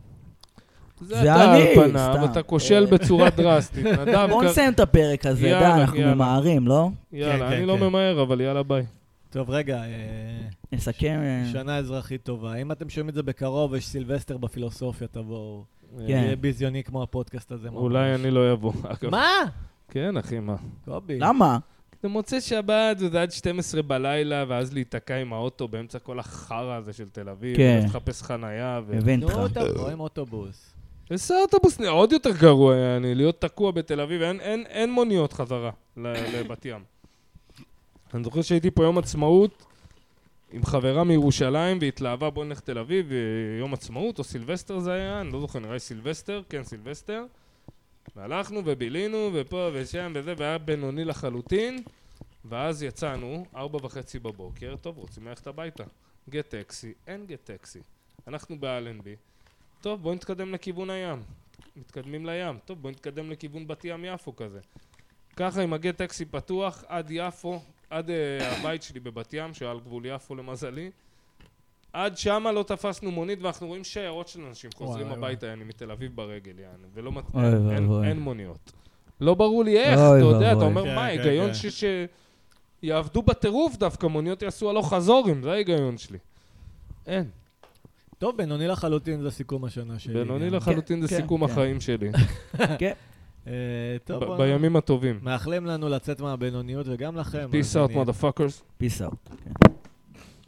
זה אתה על פניו, אתה כושל בצורה דרסטית. בואו נסיים את הפרק הזה, אנחנו ממהרים, לא? יאללה, אני לא ממהר, אבל יאללה ביי. טוב, רגע, נסכם. שנה אזרחית טובה. אם אתם שומעים את זה בקרוב, יש סילבסטר בפילוסופיה, תבואו. יהיה ביזיוני כמו הפודקאסט הזה. אולי אני לא אבוא. מה? כן, אחי, מה? קובי. למה? זה מוצא שבת, וזה עד 12 בלילה, ואז להיתקע עם האוטו באמצע כל החרא הזה של תל אביב, ולחפש חניה. הבנת לך. נו, תבוא עם אוטובוס. איזה אוטובוס, עוד יותר גרוע, להיות תקוע בתל אביב, אין מוניות חזרה לבת ים. אני זוכר שהייתי פה יום עצמאות עם חברה מירושלים, והתלהבה בוא נלך תל אביב, יום עצמאות, או סילבסטר זה היה, אני לא זוכר, נראה לי סילבסטר, כן סילבסטר. והלכנו ובילינו, ופה ושם וזה, והיה בינוני לחלוטין, ואז יצאנו, 4:30 בבוקר, טוב, רוצים ללכת הביתה. גט טקסי, אין גט טקסי. אנחנו באלנבי. טוב, בואו נתקדם לכיוון הים. מתקדמים לים. טוב, בואו נתקדם לכיוון בת ים יפו כזה. ככה עם הגט טקסי פתוח עד יפו, עד הבית שלי בבת ים, שהיה על גבול יפו למזלי. עד שמה לא תפסנו מונית, ואנחנו רואים שיירות של אנשים חוזרים הביתה, אני מתל אביב ברגל, ולא אין מוניות. לא ברור לי איך, אתה יודע, אתה אומר, מה, היגיון שיעבדו בטירוף דווקא, מוניות יעשו הלוך חזורים, זה ההיגיון שלי. אין. טוב, בינוני לחלוטין זה סיכום השנה שלי. בינוני לחלוטין זה סיכום החיים שלי. כן. בימים הטובים. מאחלים לנו לצאת מהבינוניות וגם לכם. Peace out, motherfuckers. Peace out.